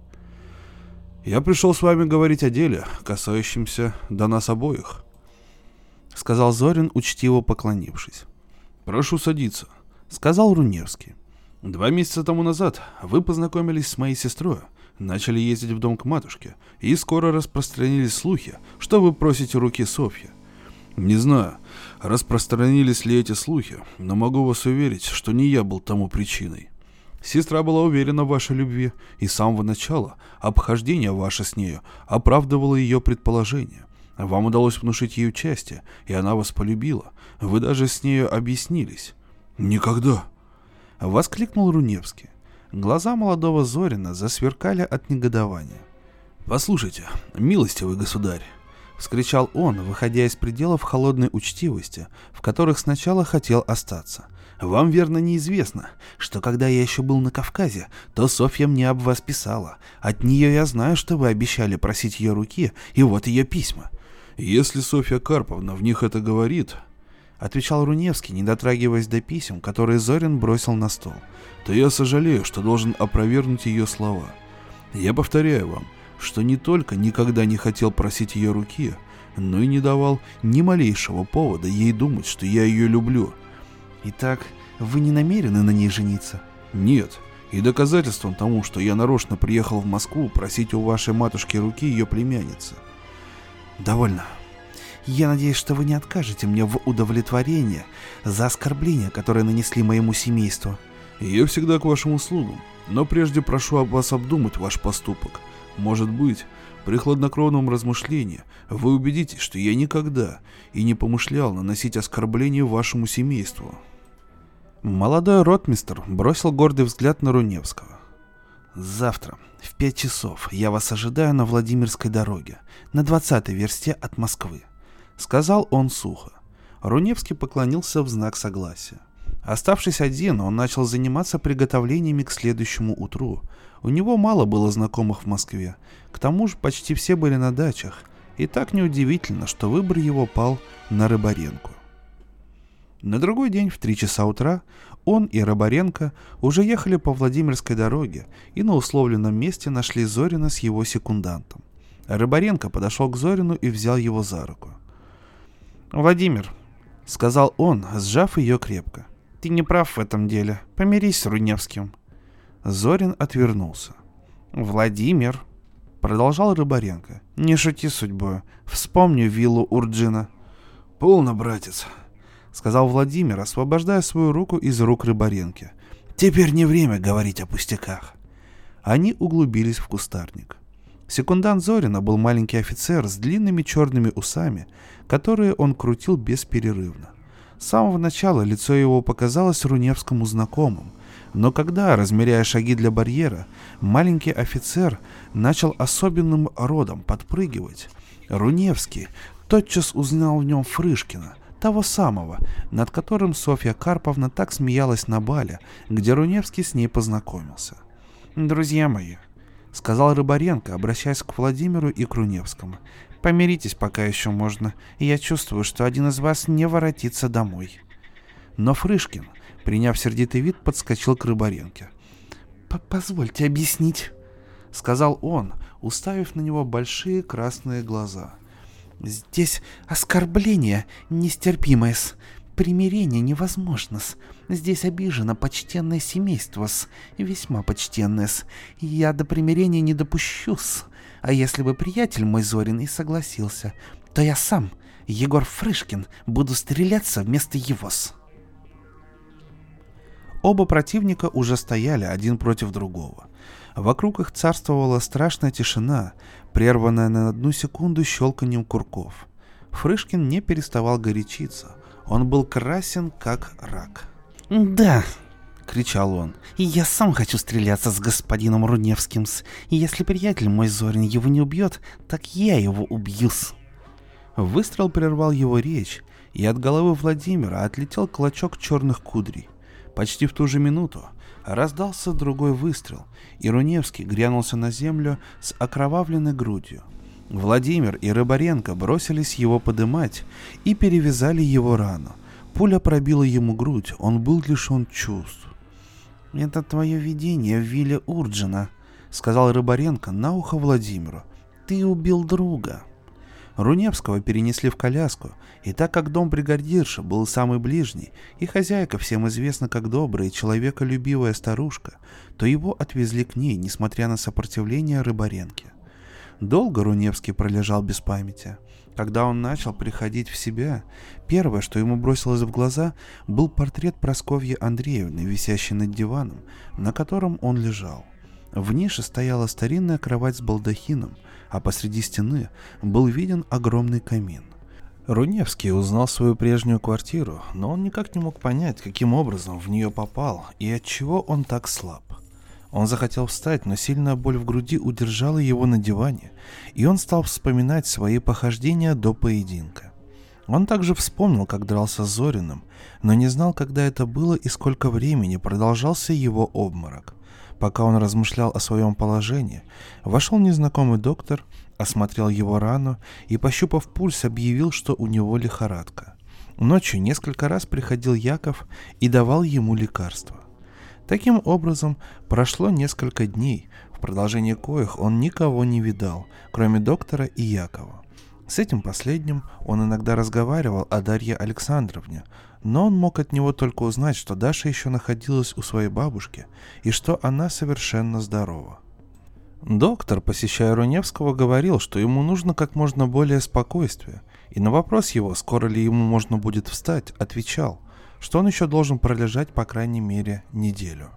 «Я пришел с вами говорить о деле, касающемся до нас обоих», — сказал Зорин, учтиво поклонившись. «Прошу садиться», — сказал Руневский. 2 месяца тому назад вы познакомились с моей сестрой, начали ездить в дом к матушке, и скоро распространились слухи, что вы просите руки Софьи. Не знаю, распространились ли эти слухи, но могу вас уверить, что не я был тому причиной. Сестра была уверена в вашей любви, и с самого начала обхождение ваше с нею оправдывало ее предположения. Вам удалось внушить ей участие, и она вас полюбила. Вы даже с нею объяснились. «Никогда!» — воскликнул Руневский. Глаза молодого Зорина засверкали от негодования. «Послушайте, милостивый государь!» — вскричал он, выходя из пределов холодной учтивости, в которых сначала хотел остаться. «Вам, верно, неизвестно, что когда я еще был на Кавказе, то Софья мне об вас писала. От нее я знаю, что вы обещали просить ее руки, и вот ее письма». «Если Софья Карповна в них это говорит, — отвечал Руневский, не дотрагиваясь до писем, которые Зорин бросил на стол, — то я сожалею, что должен опровергнуть ее слова. Я повторяю вам, что не только никогда не хотел просить ее руки, но и не давал ни малейшего повода ей думать, что я ее люблю». «Итак, вы не намерены на ней жениться?» «Нет, и доказательством тому, что я нарочно приехал в Москву просить у вашей матушки руки ее племянницы». «Довольно. Я надеюсь, что вы не откажете мне в удовлетворении за оскорбление, которое нанесли моему семейству. Я всегда к вашим услугам, но прежде прошу вас обдумать ваш поступок. Может быть, при хладнокровном размышлении вы убедитесь, что я никогда и не помышлял наносить оскорбление вашему семейству». Молодой ротмистр бросил гордый взгляд на Руневского. «Завтра в 5 часов я вас ожидаю на Владимирской дороге, на 20-й версте от Москвы», — сказал он сухо. Руневский поклонился в знак согласия. Оставшись один, он начал заниматься приготовлениями к следующему утру. У него мало было знакомых в Москве, к тому же почти все были на дачах, и так неудивительно, что выбор его пал на Рыбаренку. На другой день в 3 часа утра он и Рыбаренко уже ехали по Владимирской дороге и на условленном месте нашли Зорина с его секундантом. Рыбаренко подошел к Зорину и взял его за руку. «Владимир», — сказал он, сжав ее крепко, — «ты не прав в этом деле. Помирись с Руневским». Зорин отвернулся. «Владимир», — продолжал Рыбаренко, — «не шути судьбой. Вспомни виллу Урджина». «Полно, братец», — сказал Владимир, освобождая свою руку из рук Рыбаренко. «Теперь не время говорить о пустяках». Они углубились в кустарник. Секундант Зорина был маленький офицер с длинными черными усами, которые он крутил бесперерывно. С самого начала лицо его показалось Руневскому знакомым, но когда, размеряя шаги для барьера, маленький офицер начал особенным родом подпрыгивать, Руневский тотчас узнал в нем Фрышкина, того самого, над которым Софья Карповна так смеялась на бале, где Руневский с ней познакомился. «Друзья мои», — сказал Рыбаренко, обращаясь к Владимиру и к Руневскому, — «помиритесь, пока еще можно, и я чувствую, что один из вас не воротится домой». Но Фрышкин, приняв сердитый вид, подскочил к Рыбаренко. «Позвольте объяснить», — сказал он, уставив на него большие красные глаза. «Здесь оскорбление нестерпимое-с, примирение невозможно-с. Здесь обижено почтенное семейство-с, весьма почтенное-с. Я до примирения не допущу-с. А если бы приятель мой Зорин и согласился, то я сам, Егор Фрышкин, буду стреляться вместо его-с». Оба противника уже стояли один против другого. Вокруг их царствовала страшная тишина, прерванная на одну секунду щелканьем курков. Фрышкин не переставал горячиться. Он был красен, как рак. «Да!» — кричал он. «Я сам хочу стреляться с господином Руневским-с. И если приятель мой Зорин его не убьет, так я его убью-с». Выстрел прервал его речь, и от головы Владимира отлетел клочок черных кудрей. Почти в ту же минуту раздался другой выстрел, и Руневский грянулся на землю с окровавленной грудью. Владимир и Рыбаренко бросились его подымать и перевязали его рану. Пуля пробила ему грудь, он был лишен чувств. «Это твое видение в вилле Урджина», — сказал Рыбаренко на ухо Владимиру. «Ты убил друга». Руневского перенесли в коляску, и так как дом бригадирши был самый ближний, и хозяйка всем известна как добрая и человеколюбивая старушка, то его отвезли к ней, несмотря на сопротивление Рыбаренко. Долго Руневский пролежал без памяти. Когда он начал приходить в себя, первое, что ему бросилось в глаза, был портрет Прасковьи Андреевны, висящий над диваном, на котором он лежал. В нише стояла старинная кровать с балдахином, а посреди стены был виден огромный камин. Руневский узнал свою прежнюю квартиру, но он никак не мог понять, каким образом в нее попал и отчего он так слаб. Он захотел встать, но сильная боль в груди удержала его на диване, и он стал вспоминать свои похождения до поединка. Он также вспомнил, как дрался с Зориным, но не знал, когда это было и сколько времени продолжался его обморок. Пока он размышлял о своем положении, вошел незнакомый доктор, осмотрел его рану и, пощупав пульс, объявил, что у него лихорадка. Ночью несколько раз приходил Яков и давал ему лекарства. Таким образом, прошло несколько дней, в продолжении коих он никого не видал, кроме доктора и Якова. С этим последним он иногда разговаривал о Дарье Александровне, но он мог от него только узнать, что Даша еще находилась у своей бабушки и что она совершенно здорова. Доктор, посещая Руневского, говорил, что ему нужно как можно более спокойствия, И на вопрос его, скоро ли ему можно будет встать, отвечал, что он еще должен пролежать по крайней мере неделю.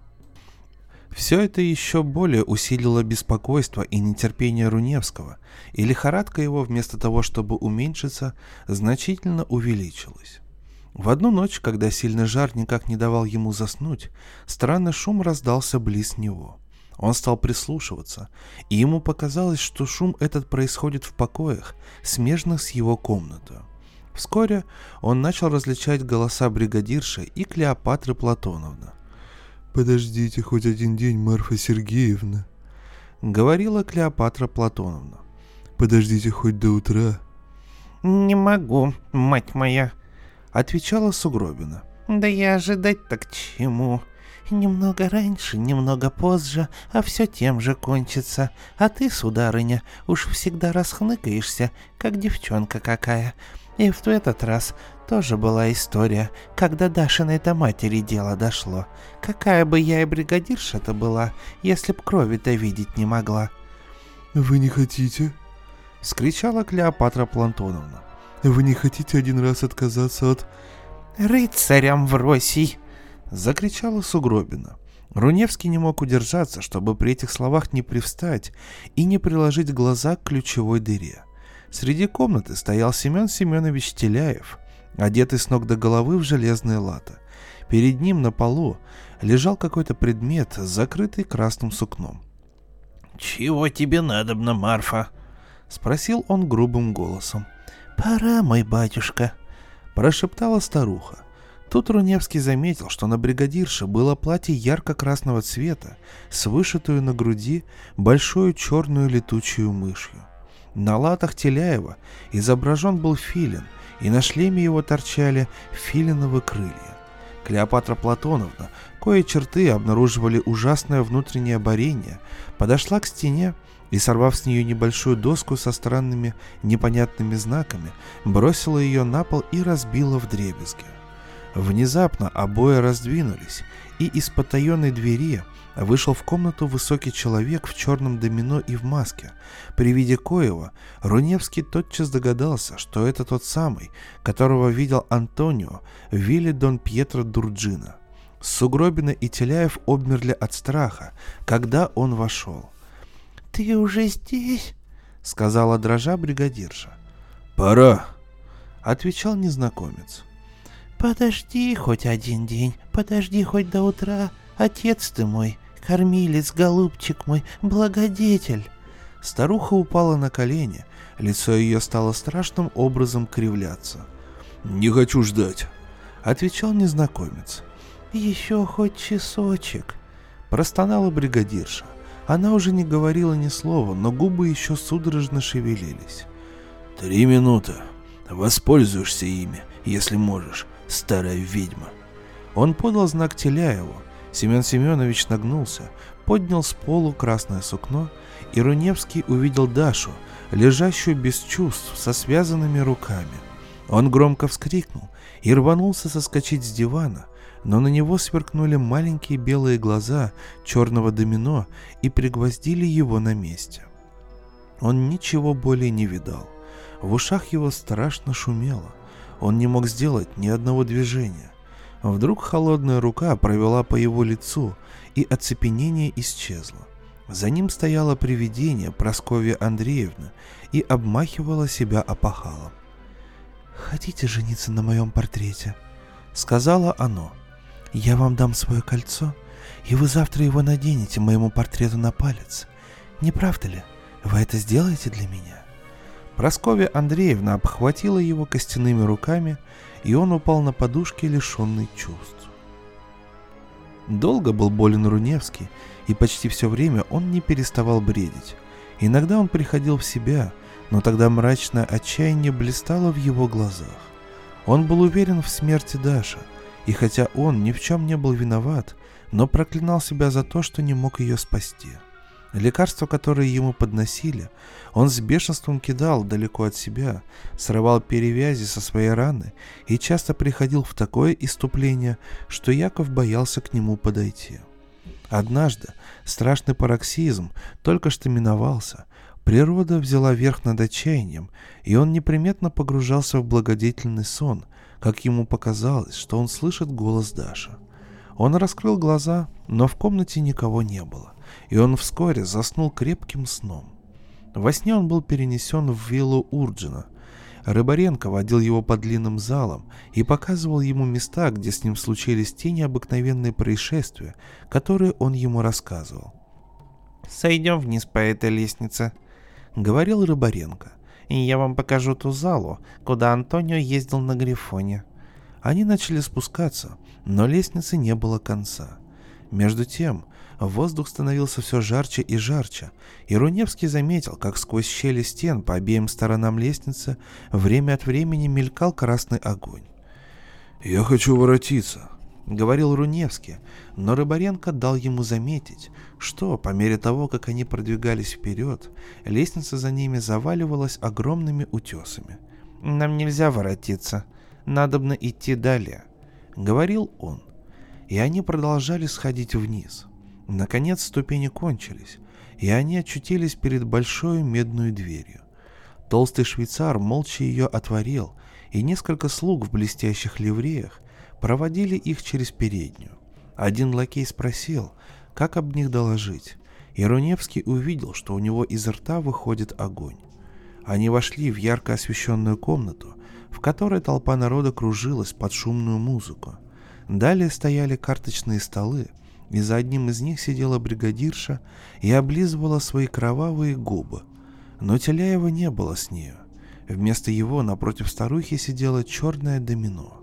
Все это еще более усилило беспокойство и нетерпение Руневского, и лихорадка его, вместо того, чтобы уменьшиться, значительно увеличилась. В одну ночь, когда сильный жар никак не давал ему заснуть, странный шум раздался близ него. Он стал прислушиваться, и ему показалось, что шум этот происходит в покоях, смежных с его комнатой. Вскоре он начал различать голоса бригадирши и Клеопатры Платоновны. «Подождите хоть один день, Марфа Сергеевна», — говорила Клеопатра Платоновна. «Подождите хоть до утра». «Не могу, мать моя», — отвечала Сугробина. «Да и ожидать-то к чему? Немного раньше, немного позже, а все тем же кончится. А ты, сударыня, уж всегда расхныкаешься, как девчонка какая. И в этот раз тоже была история, когда Дашиной-то матери дело дошло. Какая бы я и бригадирша-то была, если б крови-то видеть не могла». «Вы не хотите?» — вскричала Клеопатра Платоновна. «Вы не хотите один раз отказаться от...» «Рыцарям в России!» — закричала Сугробина. Руневский не мог удержаться, чтобы при этих словах не привстать и не приложить глаза к ключевой дыре. Среди комнаты стоял Семен Семенович Теляев, одетый с ног до головы в железные латы. Перед ним на полу лежал какой-то предмет, закрытый красным сукном. «Чего тебе надобно, Марфа?» — спросил он грубым голосом. «Пора, мой батюшка», — прошептала старуха. Тут Руневский заметил, что на бригадирше было платье ярко-красного цвета с вышитую на груди большую черную летучую мышью. На латах Теляева изображен был филин, и на шлеме его торчали филиновые крылья. Клеопатра Платоновна, кое черты обнаруживали ужасное внутреннее борение, подошла к стене и, сорвав с нее небольшую доску со странными непонятными знаками, бросила ее на пол и разбила вдребезги. Внезапно обои раздвинулись, и из потаенной двери вышел в комнату высокий человек в черном домино и в маске. При виде коего Руневский тотчас догадался, что это тот самый, которого видел Антонио в вилле Дон Пьетро Дурджино. Сугробина и Теляев обмерли от страха, когда он вошел. «Ты уже здесь?» — сказала дрожа бригадирша. «Пора», — отвечал незнакомец. «Подожди хоть один день, подожди хоть до утра, отец ты мой, кормилец, голубчик мой, благодетель». Старуха упала на колени, лицо ее стало страшным образом кривляться. «Не хочу ждать», — отвечал незнакомец. «Еще хоть часочек», — простонала бригадирша. Она уже не говорила ни слова, но губы еще судорожно шевелились. 3 минуты. Воспользуешься ими, если можешь, старая ведьма». Он подал знак Теляеву. Семен Семенович нагнулся, поднял с полу красное сукно, и Руневский увидел Дашу, лежащую без чувств, со связанными руками. Он громко вскрикнул и рванулся соскочить с дивана, но на него сверкнули маленькие белые глаза черного домино и пригвоздили его на месте. Он ничего более не видал. В ушах его страшно шумело. Он не мог сделать ни одного движения. Вдруг холодная рука провела по его лицу, и оцепенение исчезло. За ним стояло привидение Прасковья Андреевна и обмахивала себя опахалом. «Хотите жениться на моем портрете?» — сказала оно. «Я вам дам свое кольцо, и вы завтра его наденете моему портрету на палец. Не правда ли? Вы это сделаете для меня?» Прасковья Андреевна обхватила его костяными руками, и он упал на подушке, лишенный чувств. Долго был болен Руневский, и почти все время он не переставал бредить. Иногда он приходил в себя, но тогда мрачное отчаяние блистало в его глазах. Он был уверен в смерти Даши, и хотя он ни в чем не был виноват, но проклинал себя за то, что не мог ее спасти. Лекарства, которые ему подносили, он с бешенством кидал далеко от себя, срывал перевязи со своей раны и часто приходил в такое исступление, что Яков боялся к нему подойти. Однажды страшный пароксизм только что миновался. Природа взяла верх над отчаянием, и он неприметно погружался в благодетельный сон, как ему показалось, что он слышит голос Даши. Он раскрыл глаза, но в комнате никого не было, и он вскоре заснул крепким сном. Во сне он был перенесен в виллу Урджина. Рыбаренко водил его по длинным залам и показывал ему места, где с ним случились те необыкновенные происшествия, которые он ему рассказывал. «Сойдем вниз по этой лестнице», — говорил Рыбаренко, — «и я вам покажу ту залу, куда Антонио ездил на Грифоне». Они начали спускаться, но лестницы не было конца. Между тем, воздух становился все жарче и жарче, и Руневский заметил, как сквозь щели стен по обеим сторонам лестницы время от времени мелькал красный огонь. «Я хочу воротиться», — говорил Руневский, но Рыбаренко дал ему заметить, что, по мере того, как они продвигались вперед, лестница за ними заваливалась огромными утесами. «Нам нельзя воротиться, надобно идти далее», — говорил он. И они продолжали сходить вниз. Наконец ступени кончились, и они очутились перед большой медной дверью. Толстый швейцар молча ее отворил, и несколько слуг в блестящих ливреях проводили их через переднюю. Один лакей спросил, как об них доложить, и Руневский увидел, что у него изо рта выходит огонь. Они вошли в ярко освещенную комнату, в которой толпа народа кружилась под шумную музыку. Далее стояли карточные столы, и за одним из них сидела бригадирша и облизывала свои кровавые губы. Но Теляева не было с нею. Вместо его напротив старухи сидела черное домино.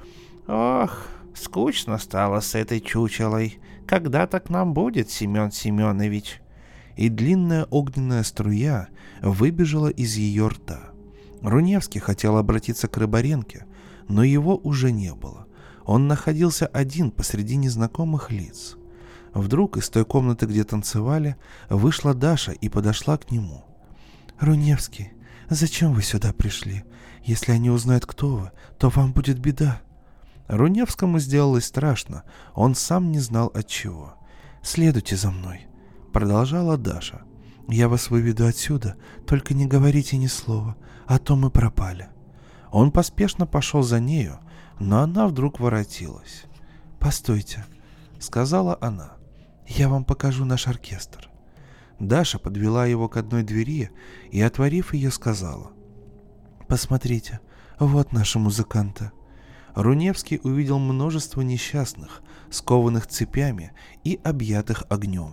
«Ох, скучно стало с этой чучелой. Когда-то к нам будет Семен Семенович». И длинная огненная струя выбежала из ее рта. Руневский хотел обратиться к Рыбаренке, но его уже не было. Он находился один посреди незнакомых лиц. Вдруг из той комнаты, где танцевали, вышла Даша и подошла к нему. «Руневский, зачем вы сюда пришли? Если они узнают, кто вы, то вам будет беда». Руневскому сделалось страшно, он сам не знал отчего. «Следуйте за мной», — продолжала Даша. «Я вас выведу отсюда, только не говорите ни слова, а то мы пропали». Он поспешно пошел за нею, но она вдруг воротилась. «Постойте», — сказала она, — «я вам покажу наш оркестр». Даша подвела его к одной двери и, отворив ее, сказала: «Посмотрите, вот наши музыканты». Руневский увидел множество несчастных, скованных цепями и объятых огнем.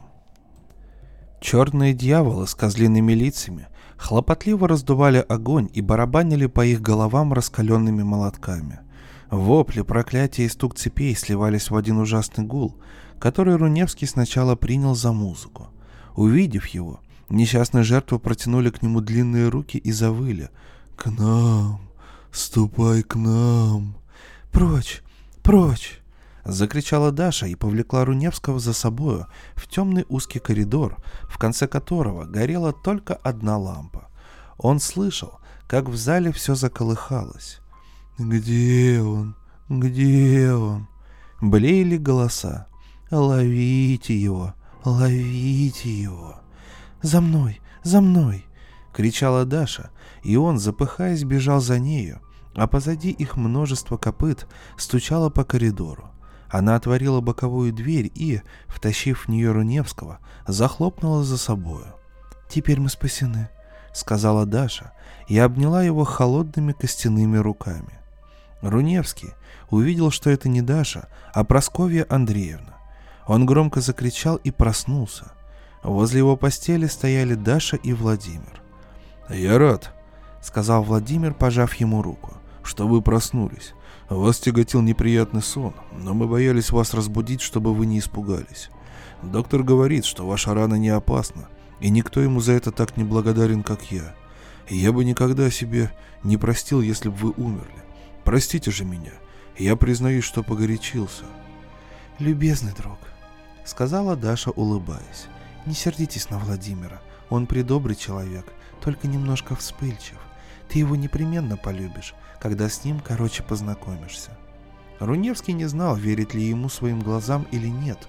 Черные дьяволы с козлиными лицами хлопотливо раздували огонь и барабанили по их головам раскаленными молотками. Вопли, проклятия и стук цепей сливались в один ужасный гул, который Руневский сначала принял за музыку. Увидев его, несчастные жертвы протянули к нему длинные руки и завыли: «К нам! Ступай к нам!» «Прочь! Прочь!» — закричала Даша и повлекла Руневского за собою в темный узкий коридор, в конце которого горела только одна лампа. Он слышал, как в зале все заколыхалось. «Где он? Где он?» — блеяли голоса. «Ловите его! Ловите его!» «За мной! За мной!» — кричала Даша, и он, запыхаясь, бежал за нею, а позади их множество копыт стучало по коридору. Она отворила боковую дверь и, втащив в нее Руневского, захлопнула за собою. «Теперь мы спасены», — сказала Даша и обняла его холодными костяными руками. Руневский увидел, что это не Даша, а Прасковья Андреевна. Он громко закричал и проснулся. Возле его постели стояли Даша и Владимир. «Я рад», — сказал Владимир, пожав ему руку, — «что вы проснулись. Вас тяготил неприятный сон, но мы боялись вас разбудить, чтобы вы не испугались. Доктор говорит, что ваша рана не опасна, и никто ему за это так не благодарен, как я. И я бы никогда себе не простил, если бы вы умерли. Простите же меня, я признаюсь, что погорячился». «Любезный друг», — сказала Даша, улыбаясь, — «не сердитесь на Владимира, он предобрый человек, только немножко вспыльчив. Ты его непременно полюбишь, когда с ним, познакомишься». Руневский не знал, верит ли ему своим глазам или нет.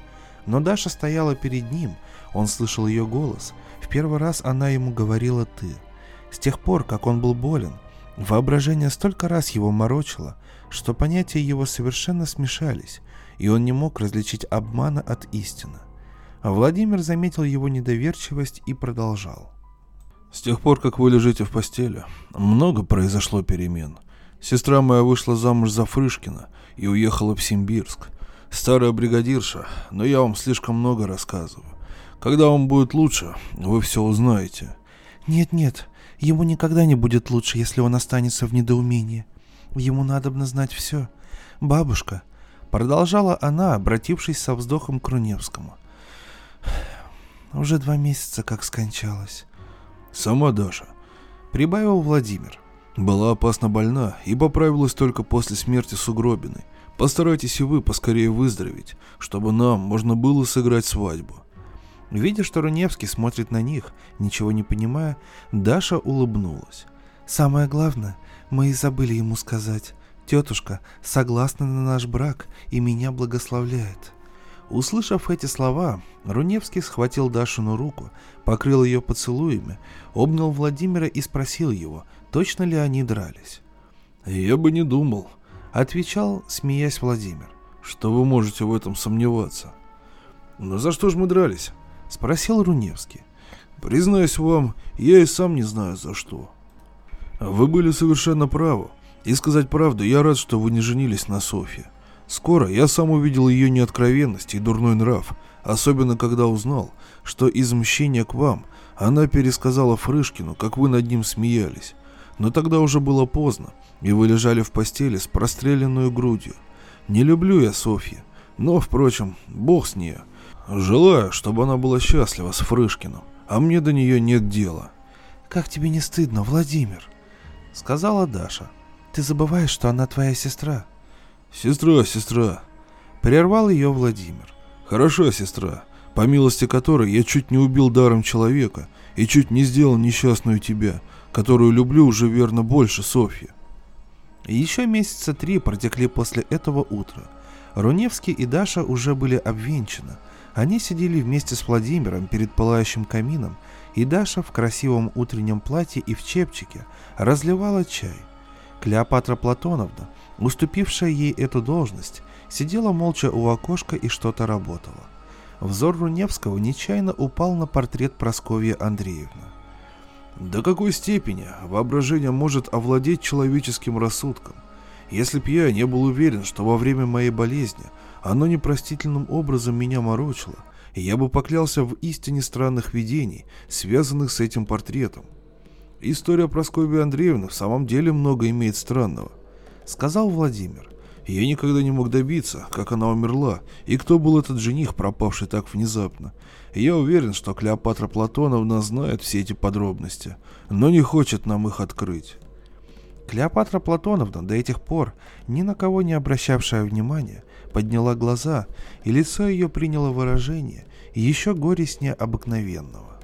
Но Даша стояла перед ним, он слышал ее голос. В первый раз она ему говорила «ты». С тех пор, как он был болен, воображение столько раз его морочило, что понятия его совершенно смешались, и он не мог различить обмана от истины. А Владимир заметил его недоверчивость и продолжал. С тех пор, как вы лежите в постели, много произошло перемен. Сестра моя вышла замуж за Фрышкина и уехала в Симбирск. Старая бригадирша, но я вам слишком много рассказываю. Когда вам будет лучше, вы все узнаете. Нет, ему никогда не будет лучше, если он останется в недоумении. Ему надобно знать все. Бабушка, продолжала она, обратившись со вздохом к Руневскому, уже 2 месяца как скончалась. Сама Даша, Прибавил Владимир. была опасно больна и поправилась только после смерти Сугробиной. Постарайтесь и вы поскорее выздороветь, чтобы нам можно было сыграть свадьбу. Видя, что Руневский смотрит на них, ничего не понимая, Даша улыбнулась. Самое главное, мы и забыли ему сказать. Тетушка согласна на наш брак и меня благословляет. Услышав эти слова, Руневский схватил Дашину руку, покрыл ее поцелуями, обнял Владимира и спросил его, точно ли они дрались. Я бы не думал, Отвечал, смеясь, Владимир. что вы можете в этом сомневаться. Но за что же мы дрались? Спросил Руневский. Признаюсь вам, я и сам не знаю за что. Вы были совершенно правы. И сказать правду, я рад, что вы не женились на Софье. Скоро я сам увидел ее неоткровенность и дурной нрав, особенно когда узнал, что из мщения к вам она пересказала Фрышкину, как вы над ним смеялись. Но тогда уже было поздно, и вы лежали в постели с простреленной грудью. Не люблю я Софью, но, впрочем, бог с ней. Желаю, чтобы она была счастлива с Фрышкиным, а мне до нее нет дела. «Как тебе не стыдно, Владимир?» — сказала Даша. «Ты забываешь, что она твоя сестра». Сестра. Прервал ее Владимир. Хороша сестра, по милости которой я чуть не убил даром человека и чуть не сделал несчастную тебя, которую люблю уже верно больше Софьи. Еще месяца 3 протекли после этого утра. Руневский и Даша уже были обвенчаны. Они сидели вместе с Владимиром перед пылающим камином, и Даша в красивом утреннем платье и в чепчике разливала чай. Клеопатра Платоновна, уступившая ей эту должность, сидела молча у окошка и что-то работала. Взор Руневского нечаянно упал на портрет Прасковьи Андреевны. До какой степени воображение может овладеть человеческим рассудком? Если б я не был уверен, что во время моей болезни оно непростительным образом меня морочило, я бы поклялся в истине странных видений, связанных с этим портретом. История Прасковьи Андреевны в самом деле много имеет странного, сказал Владимир. Я никогда не мог добиться, как она умерла, и кто был этот жених, пропавший так внезапно. Я уверен, что Клеопатра Платоновна знает все эти подробности, но не хочет нам их открыть. Клеопатра Платоновна, до этих пор ни на кого не обращавшая внимания, подняла глаза, и лицо ее приняло выражение еще горестнее обыкновенного.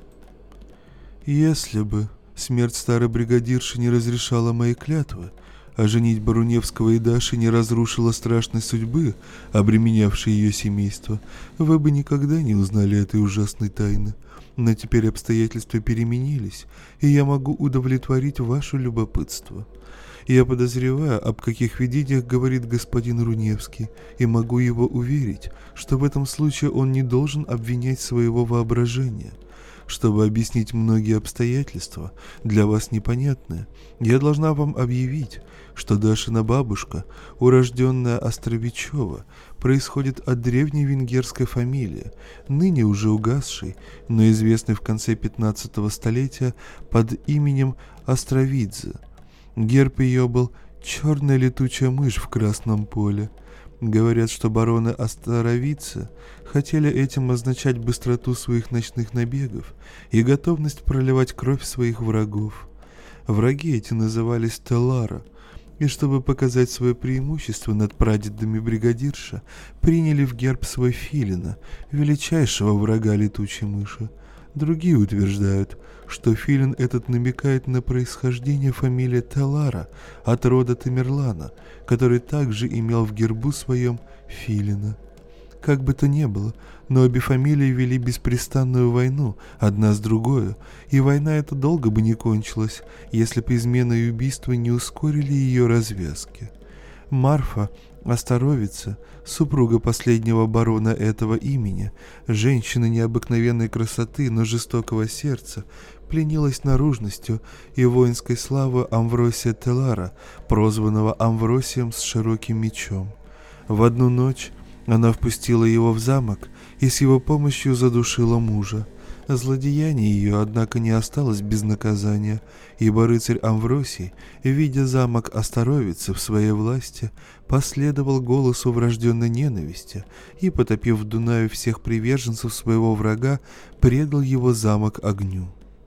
«Если бы смерть старой бригадирши не разрешала моей клятвы, а женитьба Руневского и Даши не разрушила страшной судьбы, обременявшей ее семейство, вы бы никогда не узнали этой ужасной тайны. Но теперь обстоятельства переменились, и я могу удовлетворить ваше любопытство. Я подозреваю, об каких видениях говорит господин Руневский, и могу его уверить, что в этом случае он не должен обвинять своего воображения. Чтобы объяснить многие обстоятельства, для вас непонятные, я должна вам объявить, что Дашина бабушка, урожденная Островичева, происходит от древней венгерской фамилии, ныне уже угасшей, но известной в конце 15-го столетия под именем Островидзе. Герб ее был черная летучая мышь в красном поле. Говорят, что бароны Островицы хотели этим означать быстроту своих ночных набегов и готовность проливать кровь своих врагов. Враги эти назывались Телара, и чтобы показать свое преимущество над прадедами бригадирша, приняли в герб свой филина, величайшего врага летучей мыши. Другие утверждают, что филин этот намекает на происхождение фамилии Телара от рода Тамерлана, который также имел в гербу своем филина. Как бы то ни было, но обе фамилии вели беспрестанную войну, одна с другой, и война эта долго бы не кончилась, если бы измена и убийство не ускорили ее развязки. Марфа Осторовица, супруга последнего барона этого имени, женщина необыкновенной красоты, но жестокого сердца, пленилась наружностью и воинской славой Амвросия Телара, прозванного Амвросием с широким мечом. В одну ночь она впустила его в замок и с его помощью задушила мужа. Злодеяние ее, однако, не осталось без наказания, ибо рыцарь Амвросий, видя замок Осторовицы в своей власти, последовал голосу врожденной ненависти и, потопив в Дунае всех приверженцев своего врага, предал его замок огню.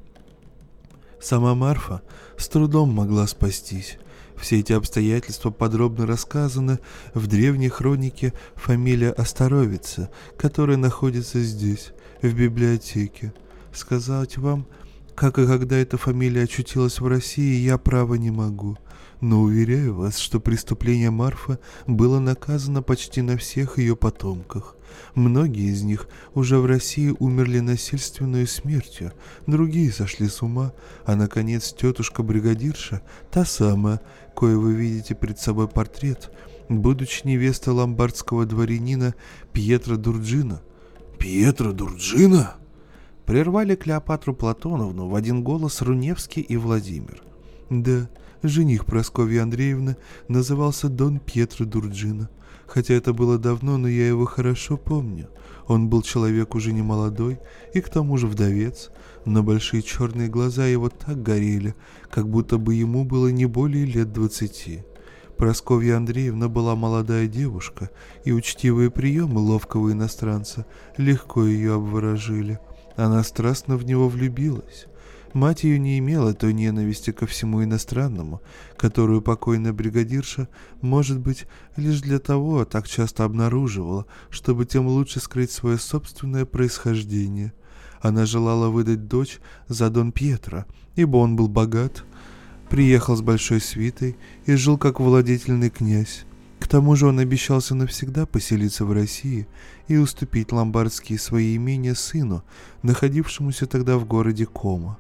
Сама Марфа с трудом могла спастись. Все эти обстоятельства подробно рассказаны в древней хронике «Фамилия Осторовица», которая находится здесь, в библиотеке. Сказать вам, как и когда эта фамилия очутилась в России, я право не могу. Но уверяю вас, что преступление Марфы было наказано почти на всех ее потомках. Многие из них уже в России умерли насильственной смертью, другие сошли с ума, а, наконец, тетушка-бригадирша, та самая, кое вы видите пред собой портрет, будучи невестой ломбардского дворянина Пьетро Дурджино. «Пьетро Дурджино?» Прервали Клеопатру Платоновну в один голос Руневский и Владимир. Да, жених Прасковьи Андреевны назывался Дон Пьетро Дурджино. Хотя это было давно, но я его хорошо помню. Он был человек уже не молодой и к тому же вдовец, но большие черные глаза его так горели, как будто бы ему было не более лет 20. Прасковья Андреевна была молодая девушка, и учтивые приемы ловкого иностранца легко ее обворожили. Она страстно в него влюбилась. Мать ее не имела той ненависти ко всему иностранному, которую покойная бригадирша, может быть, лишь для того так часто обнаруживала, чтобы тем лучше скрыть свое собственное происхождение. Она желала выдать дочь за Дон Пьетро, ибо он был богат, приехал с большой свитой и жил как владетельный князь. К тому же он обещался навсегда поселиться в России и уступить ломбардские свои имения сыну, находившемуся тогда в городе Комо.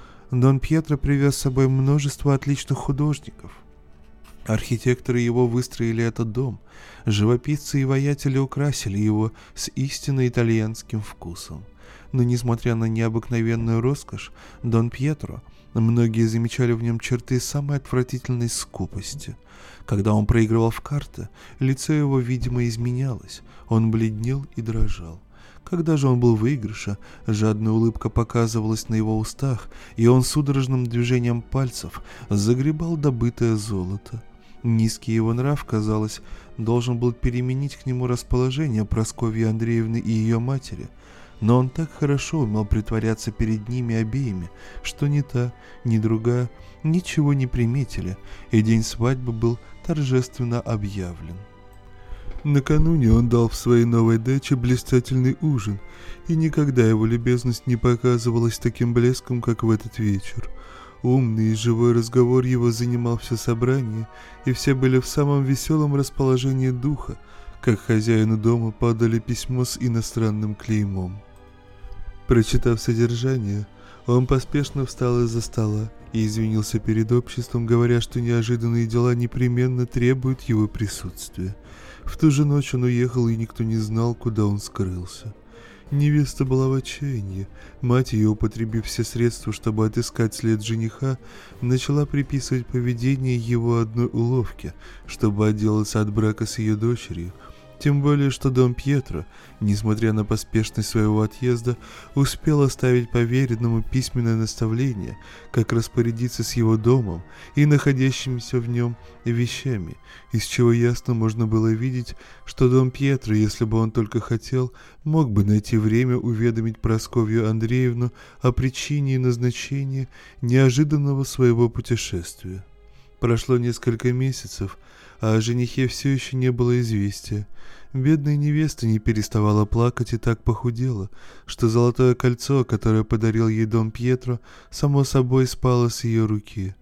Дон Пьетро привез с собой множество отличных художников. Архитекторы его выстроили этот дом, живописцы и воятели украсили его с истинно итальянским вкусом. Но несмотря на необыкновенную роскошь Дон Пьетро, многие замечали в нем черты самой отвратительной скупости. Когда он проигрывал в карты, лицо его, видимо, изменялось, он бледнел и дрожал. Когда же он был в выигрыше, жадная улыбка показывалась на его устах, и он судорожным движением пальцев загребал добытое золото. Низкий его нрав, казалось, должен был переменить к нему расположение Прасковьи Андреевны и ее матери, но он так хорошо умел притворяться перед ними обеими, что ни та, ни другая ничего не приметили, и день свадьбы был торжественно объявлен. Накануне он дал в своей новой даче блистательный ужин, и никогда его любезность не показывалась таким блеском, как в этот вечер. Умный и живой разговор его занимал все собрание, и все были в самом веселом расположении духа, как хозяину дома подали письмо с иностранным клеймом. Прочитав содержание, он поспешно встал из-за стола и извинился перед обществом, говоря, что неожиданные дела непременно требуют его присутствия. В ту же ночь он уехал, и никто не знал, куда он скрылся. Невеста была в отчаянии. Мать ее, употребив все средства, чтобы отыскать след жениха, начала приписывать поведение его одной уловке, чтобы отделаться от брака с ее дочерью. Тем более, что Дон Пьетро, несмотря на поспешность своего отъезда, успел оставить поверенному письменное наставление, как распорядиться с его домом и находящимися в нем вещами, из чего ясно можно было видеть, что Дон Пьетро, если бы он только хотел, мог бы найти время уведомить Прасковью Андреевну о причине и назначении неожиданного своего путешествия. Прошло несколько месяцев, а о женихе все еще не было известия. Бедная невеста не переставала плакать и так похудела, что золотое кольцо, которое подарил ей Дон Пьетро, само собой спало с ее руки.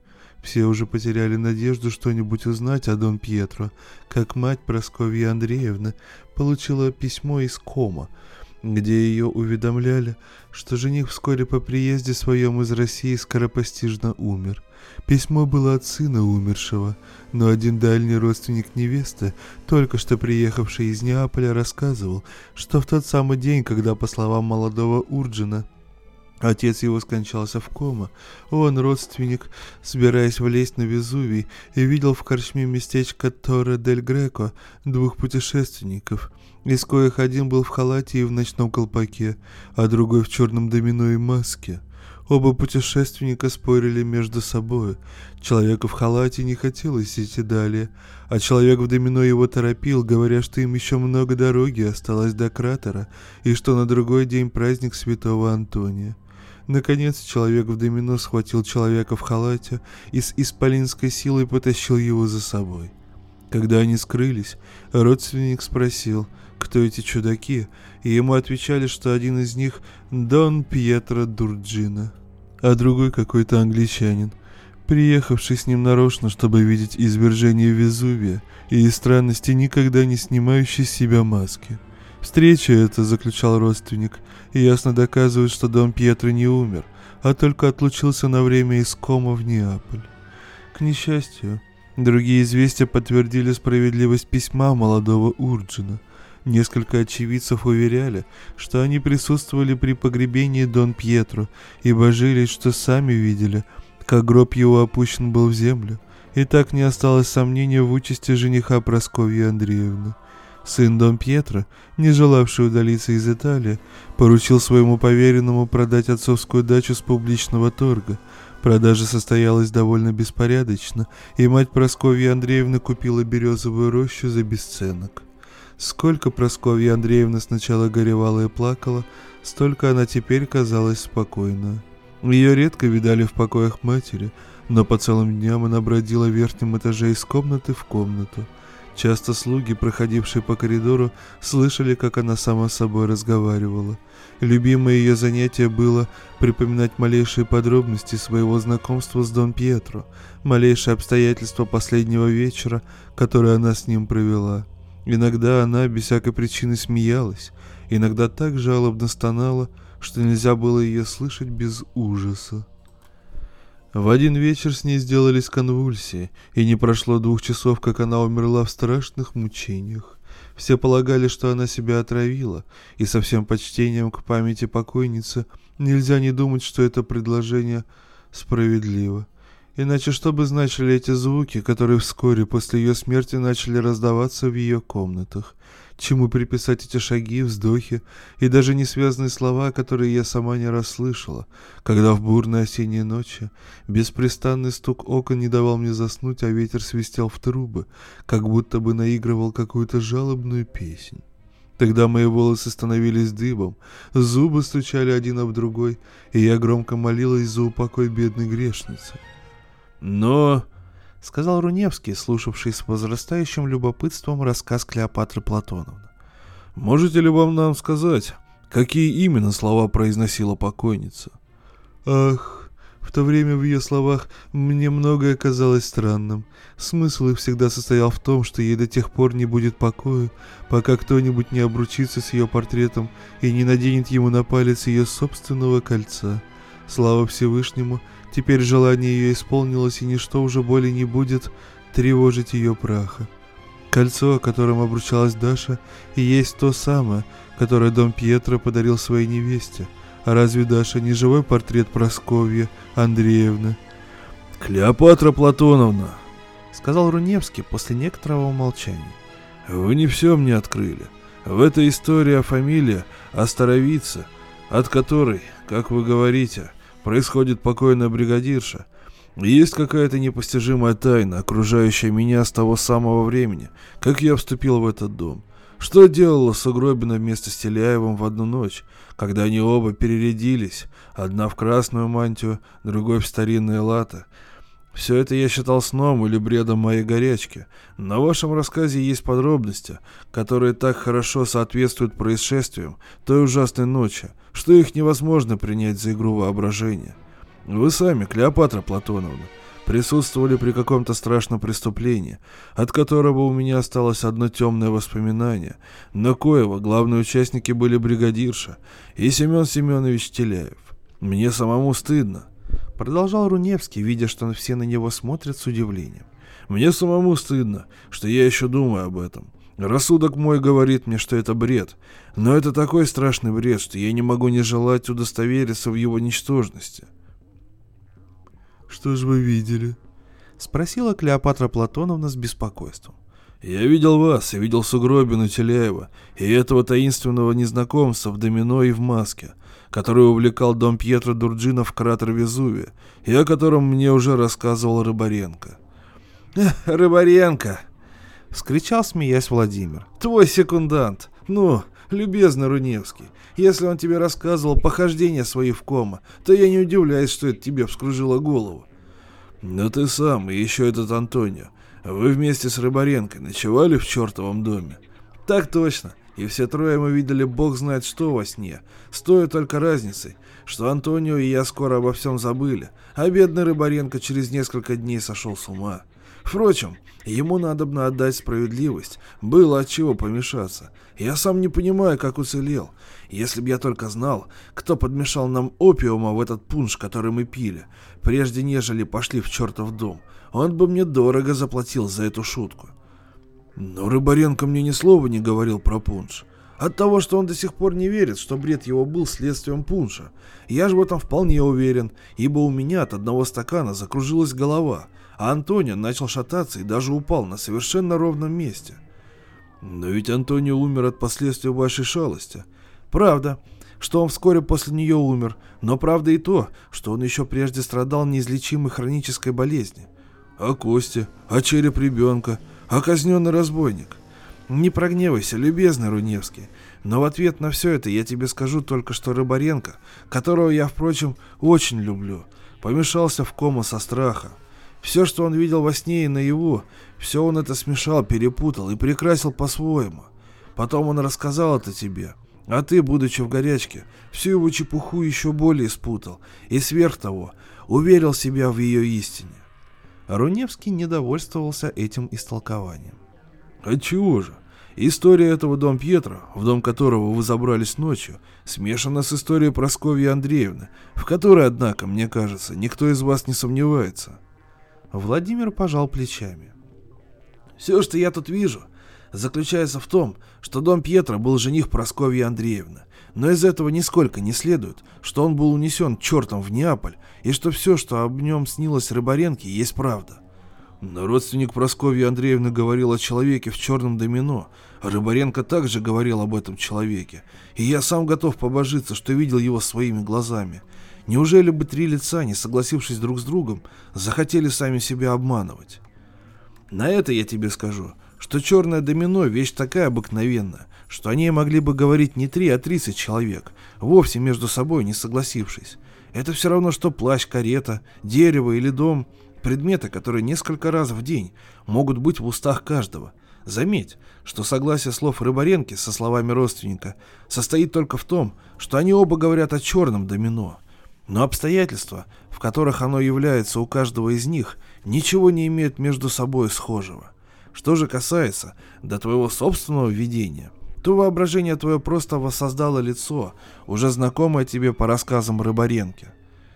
Все уже потеряли надежду что-нибудь узнать о Дон Пьетро, как мать Прасковья Андреевна получила письмо из Кома, где ее уведомляли, что жених вскоре по приезде своем из России скоропостижно умер. Письмо было от сына умершего, но один дальний родственник невесты, только что приехавший из Неаполя, рассказывал, что в тот самый день, когда, по словам молодого Урджина, отец его скончался в кома, он, родственник, собираясь влезть на Везувий, и видел в корчме местечко Торре-дель-Греко двух путешественников, из коих один был в халате и в ночном колпаке, а другой в черном домино и маске. Оба путешественника спорили между собой. Человеку в халате не хотелось идти далее, а человек в домино его торопил, говоря, что им еще много дороги осталось до кратера и что на другой день праздник святого Антония. Наконец, человек в домино схватил человека в халате и с исполинской силой потащил его за собой. Когда они скрылись, родственник спросил, кто эти чудаки, и ему отвечали, что один из них Дон Пьетро Дурджино, а другой какой-то англичанин, приехавший с ним нарочно, чтобы видеть извержение Везувия и из странности никогда не снимающий с себя маски. Встреча эта, заключал родственник, ясно доказывает, что Дон Пьетро не умер, а только отлучился на время из Кома в Неаполь. К несчастью, другие известия подтвердили справедливость письма молодого Урджина. Несколько очевидцев уверяли, что они присутствовали при погребении Дон Пьетро и божились, что сами видели, как гроб его опущен был в землю, и так не осталось сомнения в участи жениха Прасковьи Андреевны. Сын Дон Пьетро, не желавший удалиться из Италии, поручил своему поверенному продать отцовскую дачу с публичного торга. Продажа состоялась довольно беспорядочно, и мать Прасковьи Андреевны купила березовую рощу за бесценок. Сколько Прасковья Андреевна сначала горевала и плакала, столько она теперь казалась спокойна. Ее редко видали в покоях матери, но по целым дням она бродила в верхнем этаже из комнаты в комнату. Часто слуги, проходившие по коридору, слышали, как она сама с собой разговаривала. Любимое ее занятие было припоминать малейшие подробности своего знакомства с Дон Пьетро, малейшие обстоятельства последнего вечера, который она с ним провела. Иногда она без всякой причины смеялась, иногда так жалобно стонала, что нельзя было ее слышать без ужаса. В один вечер с ней сделались конвульсии, и не прошло 2 часов, как она умерла в страшных мучениях. Все полагали, что она себя отравила, и со всем почтением к памяти покойницы нельзя не думать, что это предложение справедливо. Иначе что бы значили эти звуки, которые вскоре после ее смерти начали раздаваться в ее комнатах? Чему приписать эти шаги, вздохи и даже несвязные слова, которые я сама не раз слышала, когда в бурные осенние ночи беспрестанный стук окон не давал мне заснуть, а ветер свистел в трубы, как будто бы наигрывал какую-то жалобную песнь. Тогда мои волосы становились дыбом, зубы стучали один об другой, и я громко молилась за упокой бедной грешницы. «Но...» — сказал Руневский, слушавший с возрастающим любопытством рассказ Клеопатры Платоновны. «Можете ли вам нам сказать, какие именно слова произносила покойница?» «Ах, в то время в ее словах мне многое казалось странным. Смысл их всегда состоял в том, что ей до тех пор не будет покоя, пока кто-нибудь не обручится с ее портретом и не наденет ему на палец ее собственного кольца. Слава Всевышнему, теперь желание ее исполнилось, и ничто уже более не будет тревожить ее праха. Кольцо, которым обручалась Даша, и есть то самое, которое Дон Пьетро подарил своей невесте. А разве Даша не живой портрет Прасковьи Андреевны?» «Клеопатра Платоновна», — сказал Руневский после некоторого молчания, — «вы не все мне открыли. В этой истории о фамилии Осторовица, от которой, как вы говорите, происходит покойная бригадирша, есть какая-то непостижимая тайна, окружающая меня с того самого времени, как я вступил в этот дом. Что делала Сугробина вместе с Теляевым в одну ночь, когда они оба перерядились, одна в красную мантию, другой в старинные латы? Все это я считал сном или бредом моей горячки, но в вашем рассказе есть подробности, которые так хорошо соответствуют происшествиям той ужасной ночи, что их невозможно принять за игру воображения. Вы сами, Клеопатра Платоновна, присутствовали при каком-то страшном преступлении, от которого у меня осталось одно темное воспоминание, но коего главные участники были бригадирша и Семен Семенович Теляев. Мне самому стыдно, продолжал Руневский, видя, что все на него смотрят с удивлением. Мне самому стыдно, что я еще думаю об этом. Рассудок мой говорит мне, что это бред, но это такой страшный бред, что я не могу не желать удостовериться в его ничтожности. «Что же вы видели?» — спросила Клеопатра Платоновна с беспокойством. «Я видел вас и видел Сугробина, Теляева и этого таинственного незнакомца в домино и в маске, который увлекал дом Пьетро Дурджино в кратер Везувия, и о котором мне уже рассказывал Рыбаренко». «Рыбаренко!» — вскричал, смеясь, Владимир. «Твой секундант! Ну, любезный Руневский, если он тебе рассказывал похождения свои в кома, то я не удивляюсь, что это тебе вскружило голову». «Но ты сам и еще этот Антонио, вы вместе с Рыбаренко ночевали в чертовом доме?» «Так точно, и все трое мы видели бог знает что во сне, с той только разницей, что Антонио и я скоро обо всем забыли, а бедный Рыбаренко через несколько дней сошел с ума. Впрочем, ему надобно отдать справедливость, было от чего помешаться. Я сам не понимаю, как уцелел. Если б я только знал, кто подмешал нам опиума в этот пунш, который мы пили, прежде нежели пошли в чертов дом, он бы мне дорого заплатил за эту шутку». Но Рыбаренко мне ни слова не говорил про пунш. От того, что он до сих пор не верит, что бред его был следствием пунша. Я же в этом вполне уверен, ибо у меня от одного стакана закружилась голова, а Антонио начал шататься и даже упал на совершенно ровном месте. «Но ведь Антонио умер от последствий вашей шалости». «Правда, что он вскоре после нее умер, но правда и то, что он еще прежде страдал неизлечимой хронической болезнью». «А кости? А череп ребенка? А казненный разбойник?» «Не прогневайся, любезный Руневский, но в ответ на все это я тебе скажу только, что Рыбаренко, которого я, впрочем, очень люблю, помешался в кому со страха. Все, что он видел во сне и наяву, все он это смешал, перепутал и прикрасил по-своему. Потом он рассказал это тебе, а ты, будучи в горячке, всю его чепуху еще более спутал и сверх того уверил себя в ее истине». Руневский недовольствовался этим истолкованием. «Отчего же? История этого дом Пьетро, в дом которого вы забрались ночью, смешана с историей Прасковьи Андреевны, в которой, однако, мне кажется, никто из вас не сомневается». Владимир пожал плечами. «Все, что я тут вижу, заключается в том, что дом Пьетро был жених Прасковьи Андреевны, но из этого нисколько не следует, что он был унесен чертом в Неаполь, и что все, что об нем снилось Рыбаренке, есть правда. Но родственник Прасковьи Андреевны говорил о человеке в черном домино, а Рыбаренко также говорил об этом человеке, и я сам готов побожиться, что видел его своими глазами. Неужели бы три лица, не согласившись друг с другом, захотели сами себя обманывать? На это я тебе скажу, что черное домино — вещь такая обыкновенная, что о ней могли бы говорить не 3, а 30 человек, вовсе между собой не согласившись. Это все равно, что плащ, карета, дерево или дом, предметы, которые несколько раз в день могут быть в устах каждого. Заметь, что согласие слов Рыбаренки со словами родственника состоит только в том, что они оба говорят о черном домино. Но обстоятельства, в которых оно является у каждого из них, ничего не имеют между собой схожего. Что же касается до твоего собственного видения, то воображение твое просто воссоздало лицо, уже знакомое тебе по рассказам Рыбаренки.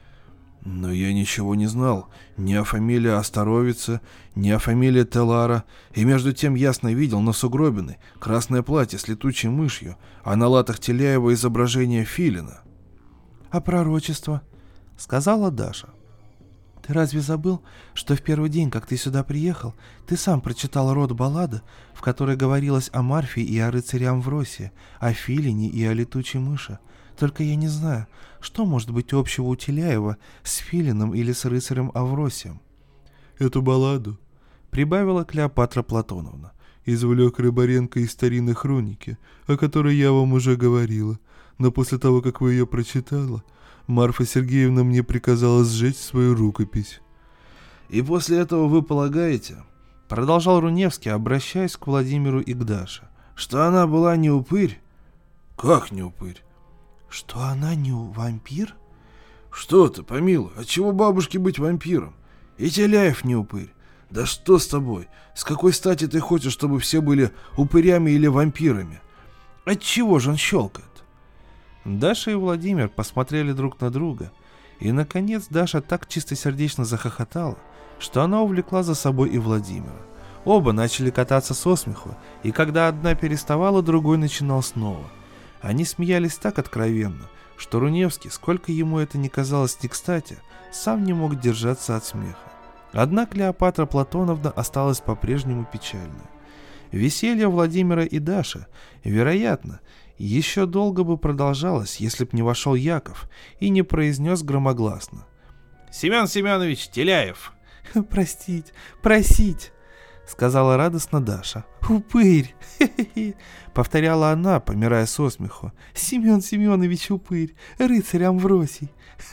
Но я ничего не знал ни о фамилии Осторовица, ни о фамилии Телара, и между тем ясно видел на Сугробиной красное платье с летучей мышью, а на латах Теляева изображение филина. «А пророчество?» — сказала Даша. «Ты разве забыл, что в первый день, как ты сюда приехал, ты сам прочитал род баллады, в которой говорилось о Марфе и о рыцаре Амвросии, о филине и о летучей мыши? Только я не знаю, что может быть общего у Теляева с филином или с рыцарем Амвросием?» «Эту балладу, — прибавила Клеопатра Платоновна, — извлек Рыбаренко из старинной хроники, о которой я вам уже говорила. Но после того, как вы ее прочитала, Марфа Сергеевна мне приказала сжечь свою рукопись». «И после этого вы полагаете, — продолжал Руневский, обращаясь к Владимиру и к Даше, — что она была не упырь?» «Как не упырь?» «Что она не вампир?» «Что ты, помилуй, отчего бабушке быть вампиром? И Теляев не упырь. Да что с тобой? С какой стати ты хочешь, чтобы все были упырями или вампирами? Отчего же он щелкает? Даша и Владимир посмотрели друг на друга, и, наконец, Даша так чистосердечно захохотала, что она увлекла за собой и Владимира. Оба начали кататься со смеху, и когда одна переставала, другой начинал снова. Они смеялись так откровенно, что Руневский, сколько ему это ни казалось не кстати, сам не мог держаться от смеха. Однако Клеопатра Платоновна осталась по-прежнему печальной. Веселье Владимира и Даши, вероятно, еще долго бы продолжалось, если б не вошел Яков и не произнес громогласно: «Семен Семенович Теляев!» «Простить, просить!» — сказала радостно Даша. «Упырь!» — повторяла она, помирая со смеху. «Семен Семенович Упырь, рыцарь Амвросий!»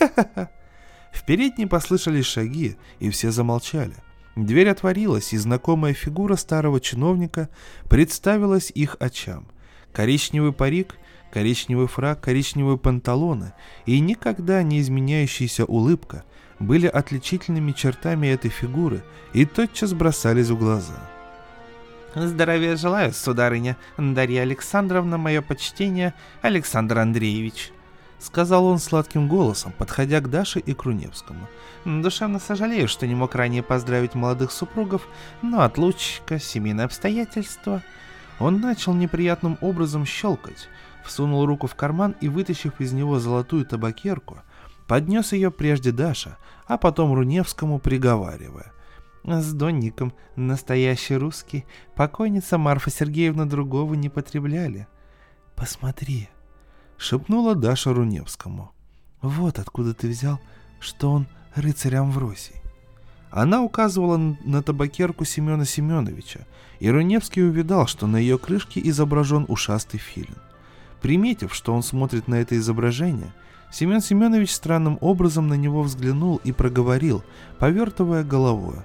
В передней послышались шаги, и все замолчали. Дверь отворилась, и знакомая фигура старого чиновника представилась их очам. Коричневый парик, коричневый фрак, коричневые панталоны и никогда не изменяющаяся улыбка были отличительными чертами этой фигуры и тотчас бросались в глаза. «Здравия желаю, сударыня, Дарья Александровна, мое почтение, Александр Андреевич», — сказал он сладким голосом, подходя к Даше и Круневскому. «Душевно сожалею, что не мог ранее поздравить молодых супругов, но отлучка, семейные обстоятельства...» Он начал неприятным образом щелкать, всунул руку в карман и, вытащив из него золотую табакерку, поднес ее прежде Даша, а потом Руневскому, приговаривая: «С донником, настоящий русский, покойница Марфа Сергеевна другого не потребляли». «Посмотри», — шепнула Даша Руневскому. «Вот откуда ты взял, что он рыцарь Амвросий». Она указывала на табакерку Семена Семеновича, и Руневский увидал, что на ее крышке изображен ушастый филин. Приметив, что он смотрит на это изображение, Семен Семенович странным образом на него взглянул и проговорил, повертывая головой: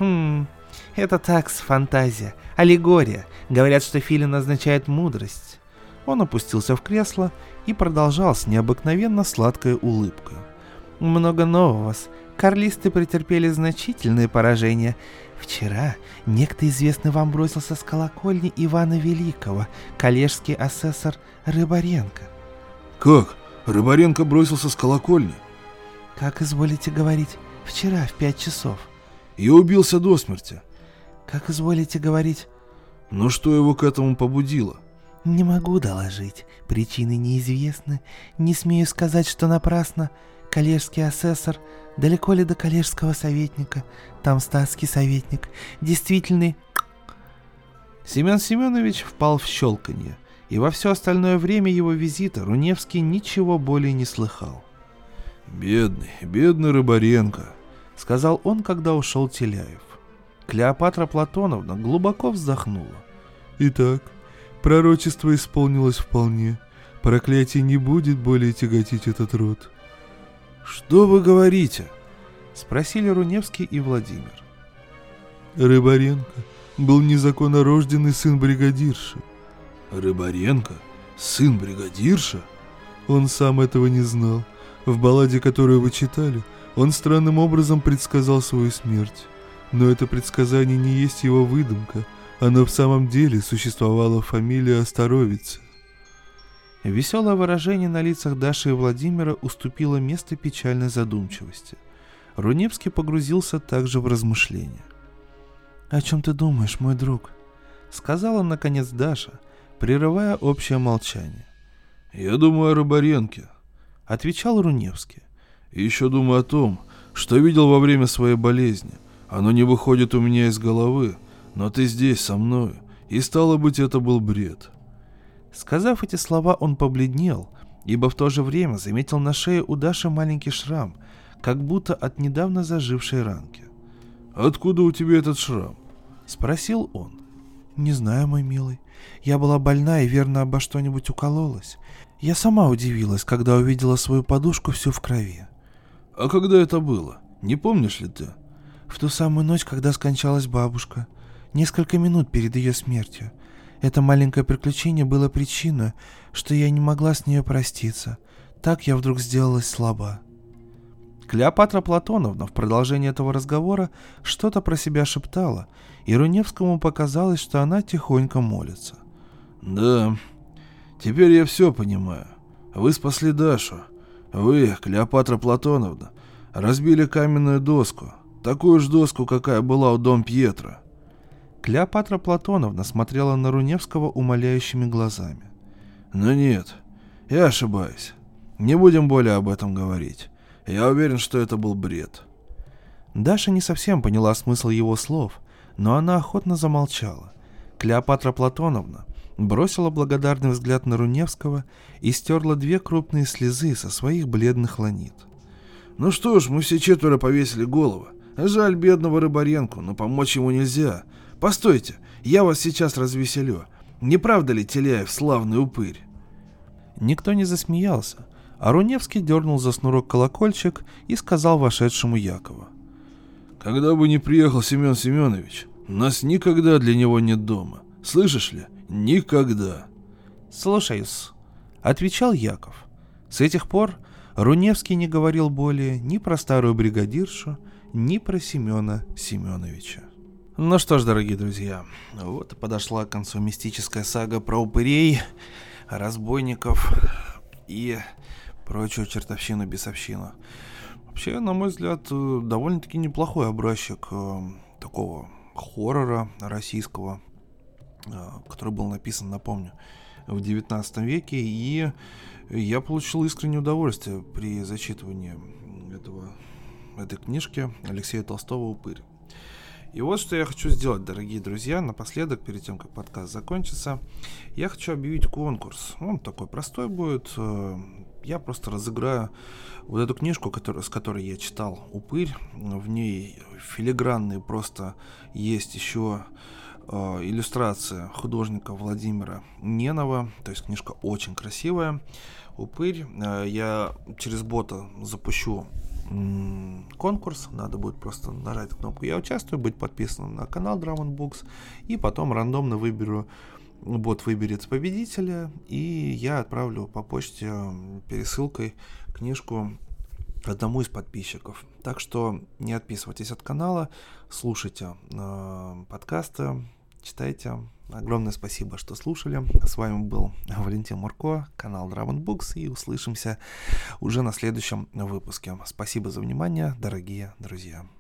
это такс, фантазия, аллегория. Говорят, что филин означает мудрость». Он опустился в кресло и продолжал с необыкновенно сладкой улыбкой: «Много нового. Карлисты претерпели значительные поражения. Вчера некто известный вам бросился с колокольни Ивана Великого, коллежский асессор Рыбаренко». «Как? Рыбаренко бросился с колокольни?» «Как изволите говорить, вчера в 5 часов». «И убился до смерти». «Как изволите говорить». «Но что его к этому побудило?» «Не могу доложить. Причины неизвестны. Не смею сказать, что напрасно. Коллежский асессор, далеко ли до коллежского советника, там статский советник, действительный...» Семен Семенович впал в щелканье, и во все остальное время его визита Руневский ничего более не слыхал. «Бедный, бедный Рыбаренко», — сказал он, когда ушел Теляев. Клеопатра Платоновна глубоко вздохнула. «Итак, пророчество исполнилось вполне. Проклятие не будет более тяготить этот род». «Что вы говорите?» — спросили Руневский и Владимир. Рыбаренко был незаконно рожденный сын бригадирши. «Рыбаренко? Сын бригадирши?» Он сам этого не знал. В балладе, которую вы читали, он странным образом предсказал свою смерть. Но это предсказание не есть его выдумка. Оно в самом деле существовала фамилия Осторовицы. Веселое выражение на лицах Даши и Владимира уступило место печальной задумчивости. Руневский погрузился также в размышления. «О чем ты думаешь, мой друг?» — сказала наконец Даша, прерывая общее молчание. «Я думаю о Рыбаренке», — отвечал Руневский. «И еще думаю о том, что видел во время своей болезни. Оно не выходит у меня из головы, но ты здесь со мною, и стало быть, это был бред». Сказав эти слова, он побледнел, ибо в то же время заметил на шее у Даши маленький шрам, как будто от недавно зажившей ранки. «Откуда у тебя этот шрам?» — спросил он. «Не знаю, мой милый. Я была больна и верно обо что-нибудь укололась. Я сама удивилась, когда увидела свою подушку всю в крови». «А когда это было? Не помнишь ли ты?» «В ту самую ночь, когда скончалась бабушка. Несколько минут перед ее смертью. Это маленькое приключение было причиной, что я не могла с нее проститься. Так я вдруг сделалась слаба». Клеопатра Платоновна в продолжении этого разговора что-то про себя шептала, и Руневскому показалось, что она тихонько молится. «Да, теперь я все понимаю. Вы спасли Дашу. Вы, Клеопатра Платоновна, разбили каменную доску, такую же доску, какая была у Дом Пьетро». Клеопатра Платоновна смотрела на Руневского умоляющими глазами. «Но нет, я ошибаюсь. Не будем более об этом говорить. Я уверен, что это был бред». Даша не совсем поняла смысл его слов, но она охотно замолчала. Клеопатра Платоновна бросила благодарный взгляд на Руневского и стерла 2 крупные слезы со своих бледных ланит. «Ну что ж, мы все 4 повесили головы. Жаль бедного Рыбаренку, но помочь ему нельзя. Постойте, я вас сейчас развеселю. Не правда ли, Теляев, славный упырь?» Никто не засмеялся, а Руневский дернул за шнурок колокольчик и сказал вошедшему Якову: «Когда бы ни приехал Семен Семенович, нас никогда для него нет дома. Слышишь ли? Никогда». «Слушаюсь», — отвечал Яков. С этих пор Руневский не говорил более ни про старую бригадиршу, ни про Семена Семеновича. Ну что ж, дорогие друзья, вот и подошла к концу мистическая сага про упырей, разбойников и прочую чертовщину-бесовщину. Вообще, на мой взгляд, довольно-таки неплохой образчик такого хоррора российского, который был написан, напомню, в 19 веке, и я получил искреннее удовольствие при зачитывании этой книжки Алексея Толстого «Упырь». И вот что я хочу сделать, дорогие друзья, напоследок, перед тем, как подкаст закончится, я хочу объявить конкурс. Он такой простой будет. Я просто разыграю вот эту книжку, с которой я читал «Упырь». В ней филигранные просто есть еще иллюстрация художника Владимира Ненова. То есть книжка очень красивая. «Упырь». Я через бота запущу конкурс, надо будет просто нажать кнопку «Я участвую», быть подписанным на канал Drum & Books, и потом рандомно бот выберет победителя, и я отправлю по почте пересылкой книжку одному из подписчиков. Так что не отписывайтесь от канала, слушайте подкасты, читайте. Огромное спасибо, что слушали. С вами был Валентин Мурко, канал Drum & Books, и услышимся уже на следующем выпуске. Спасибо за внимание, дорогие друзья.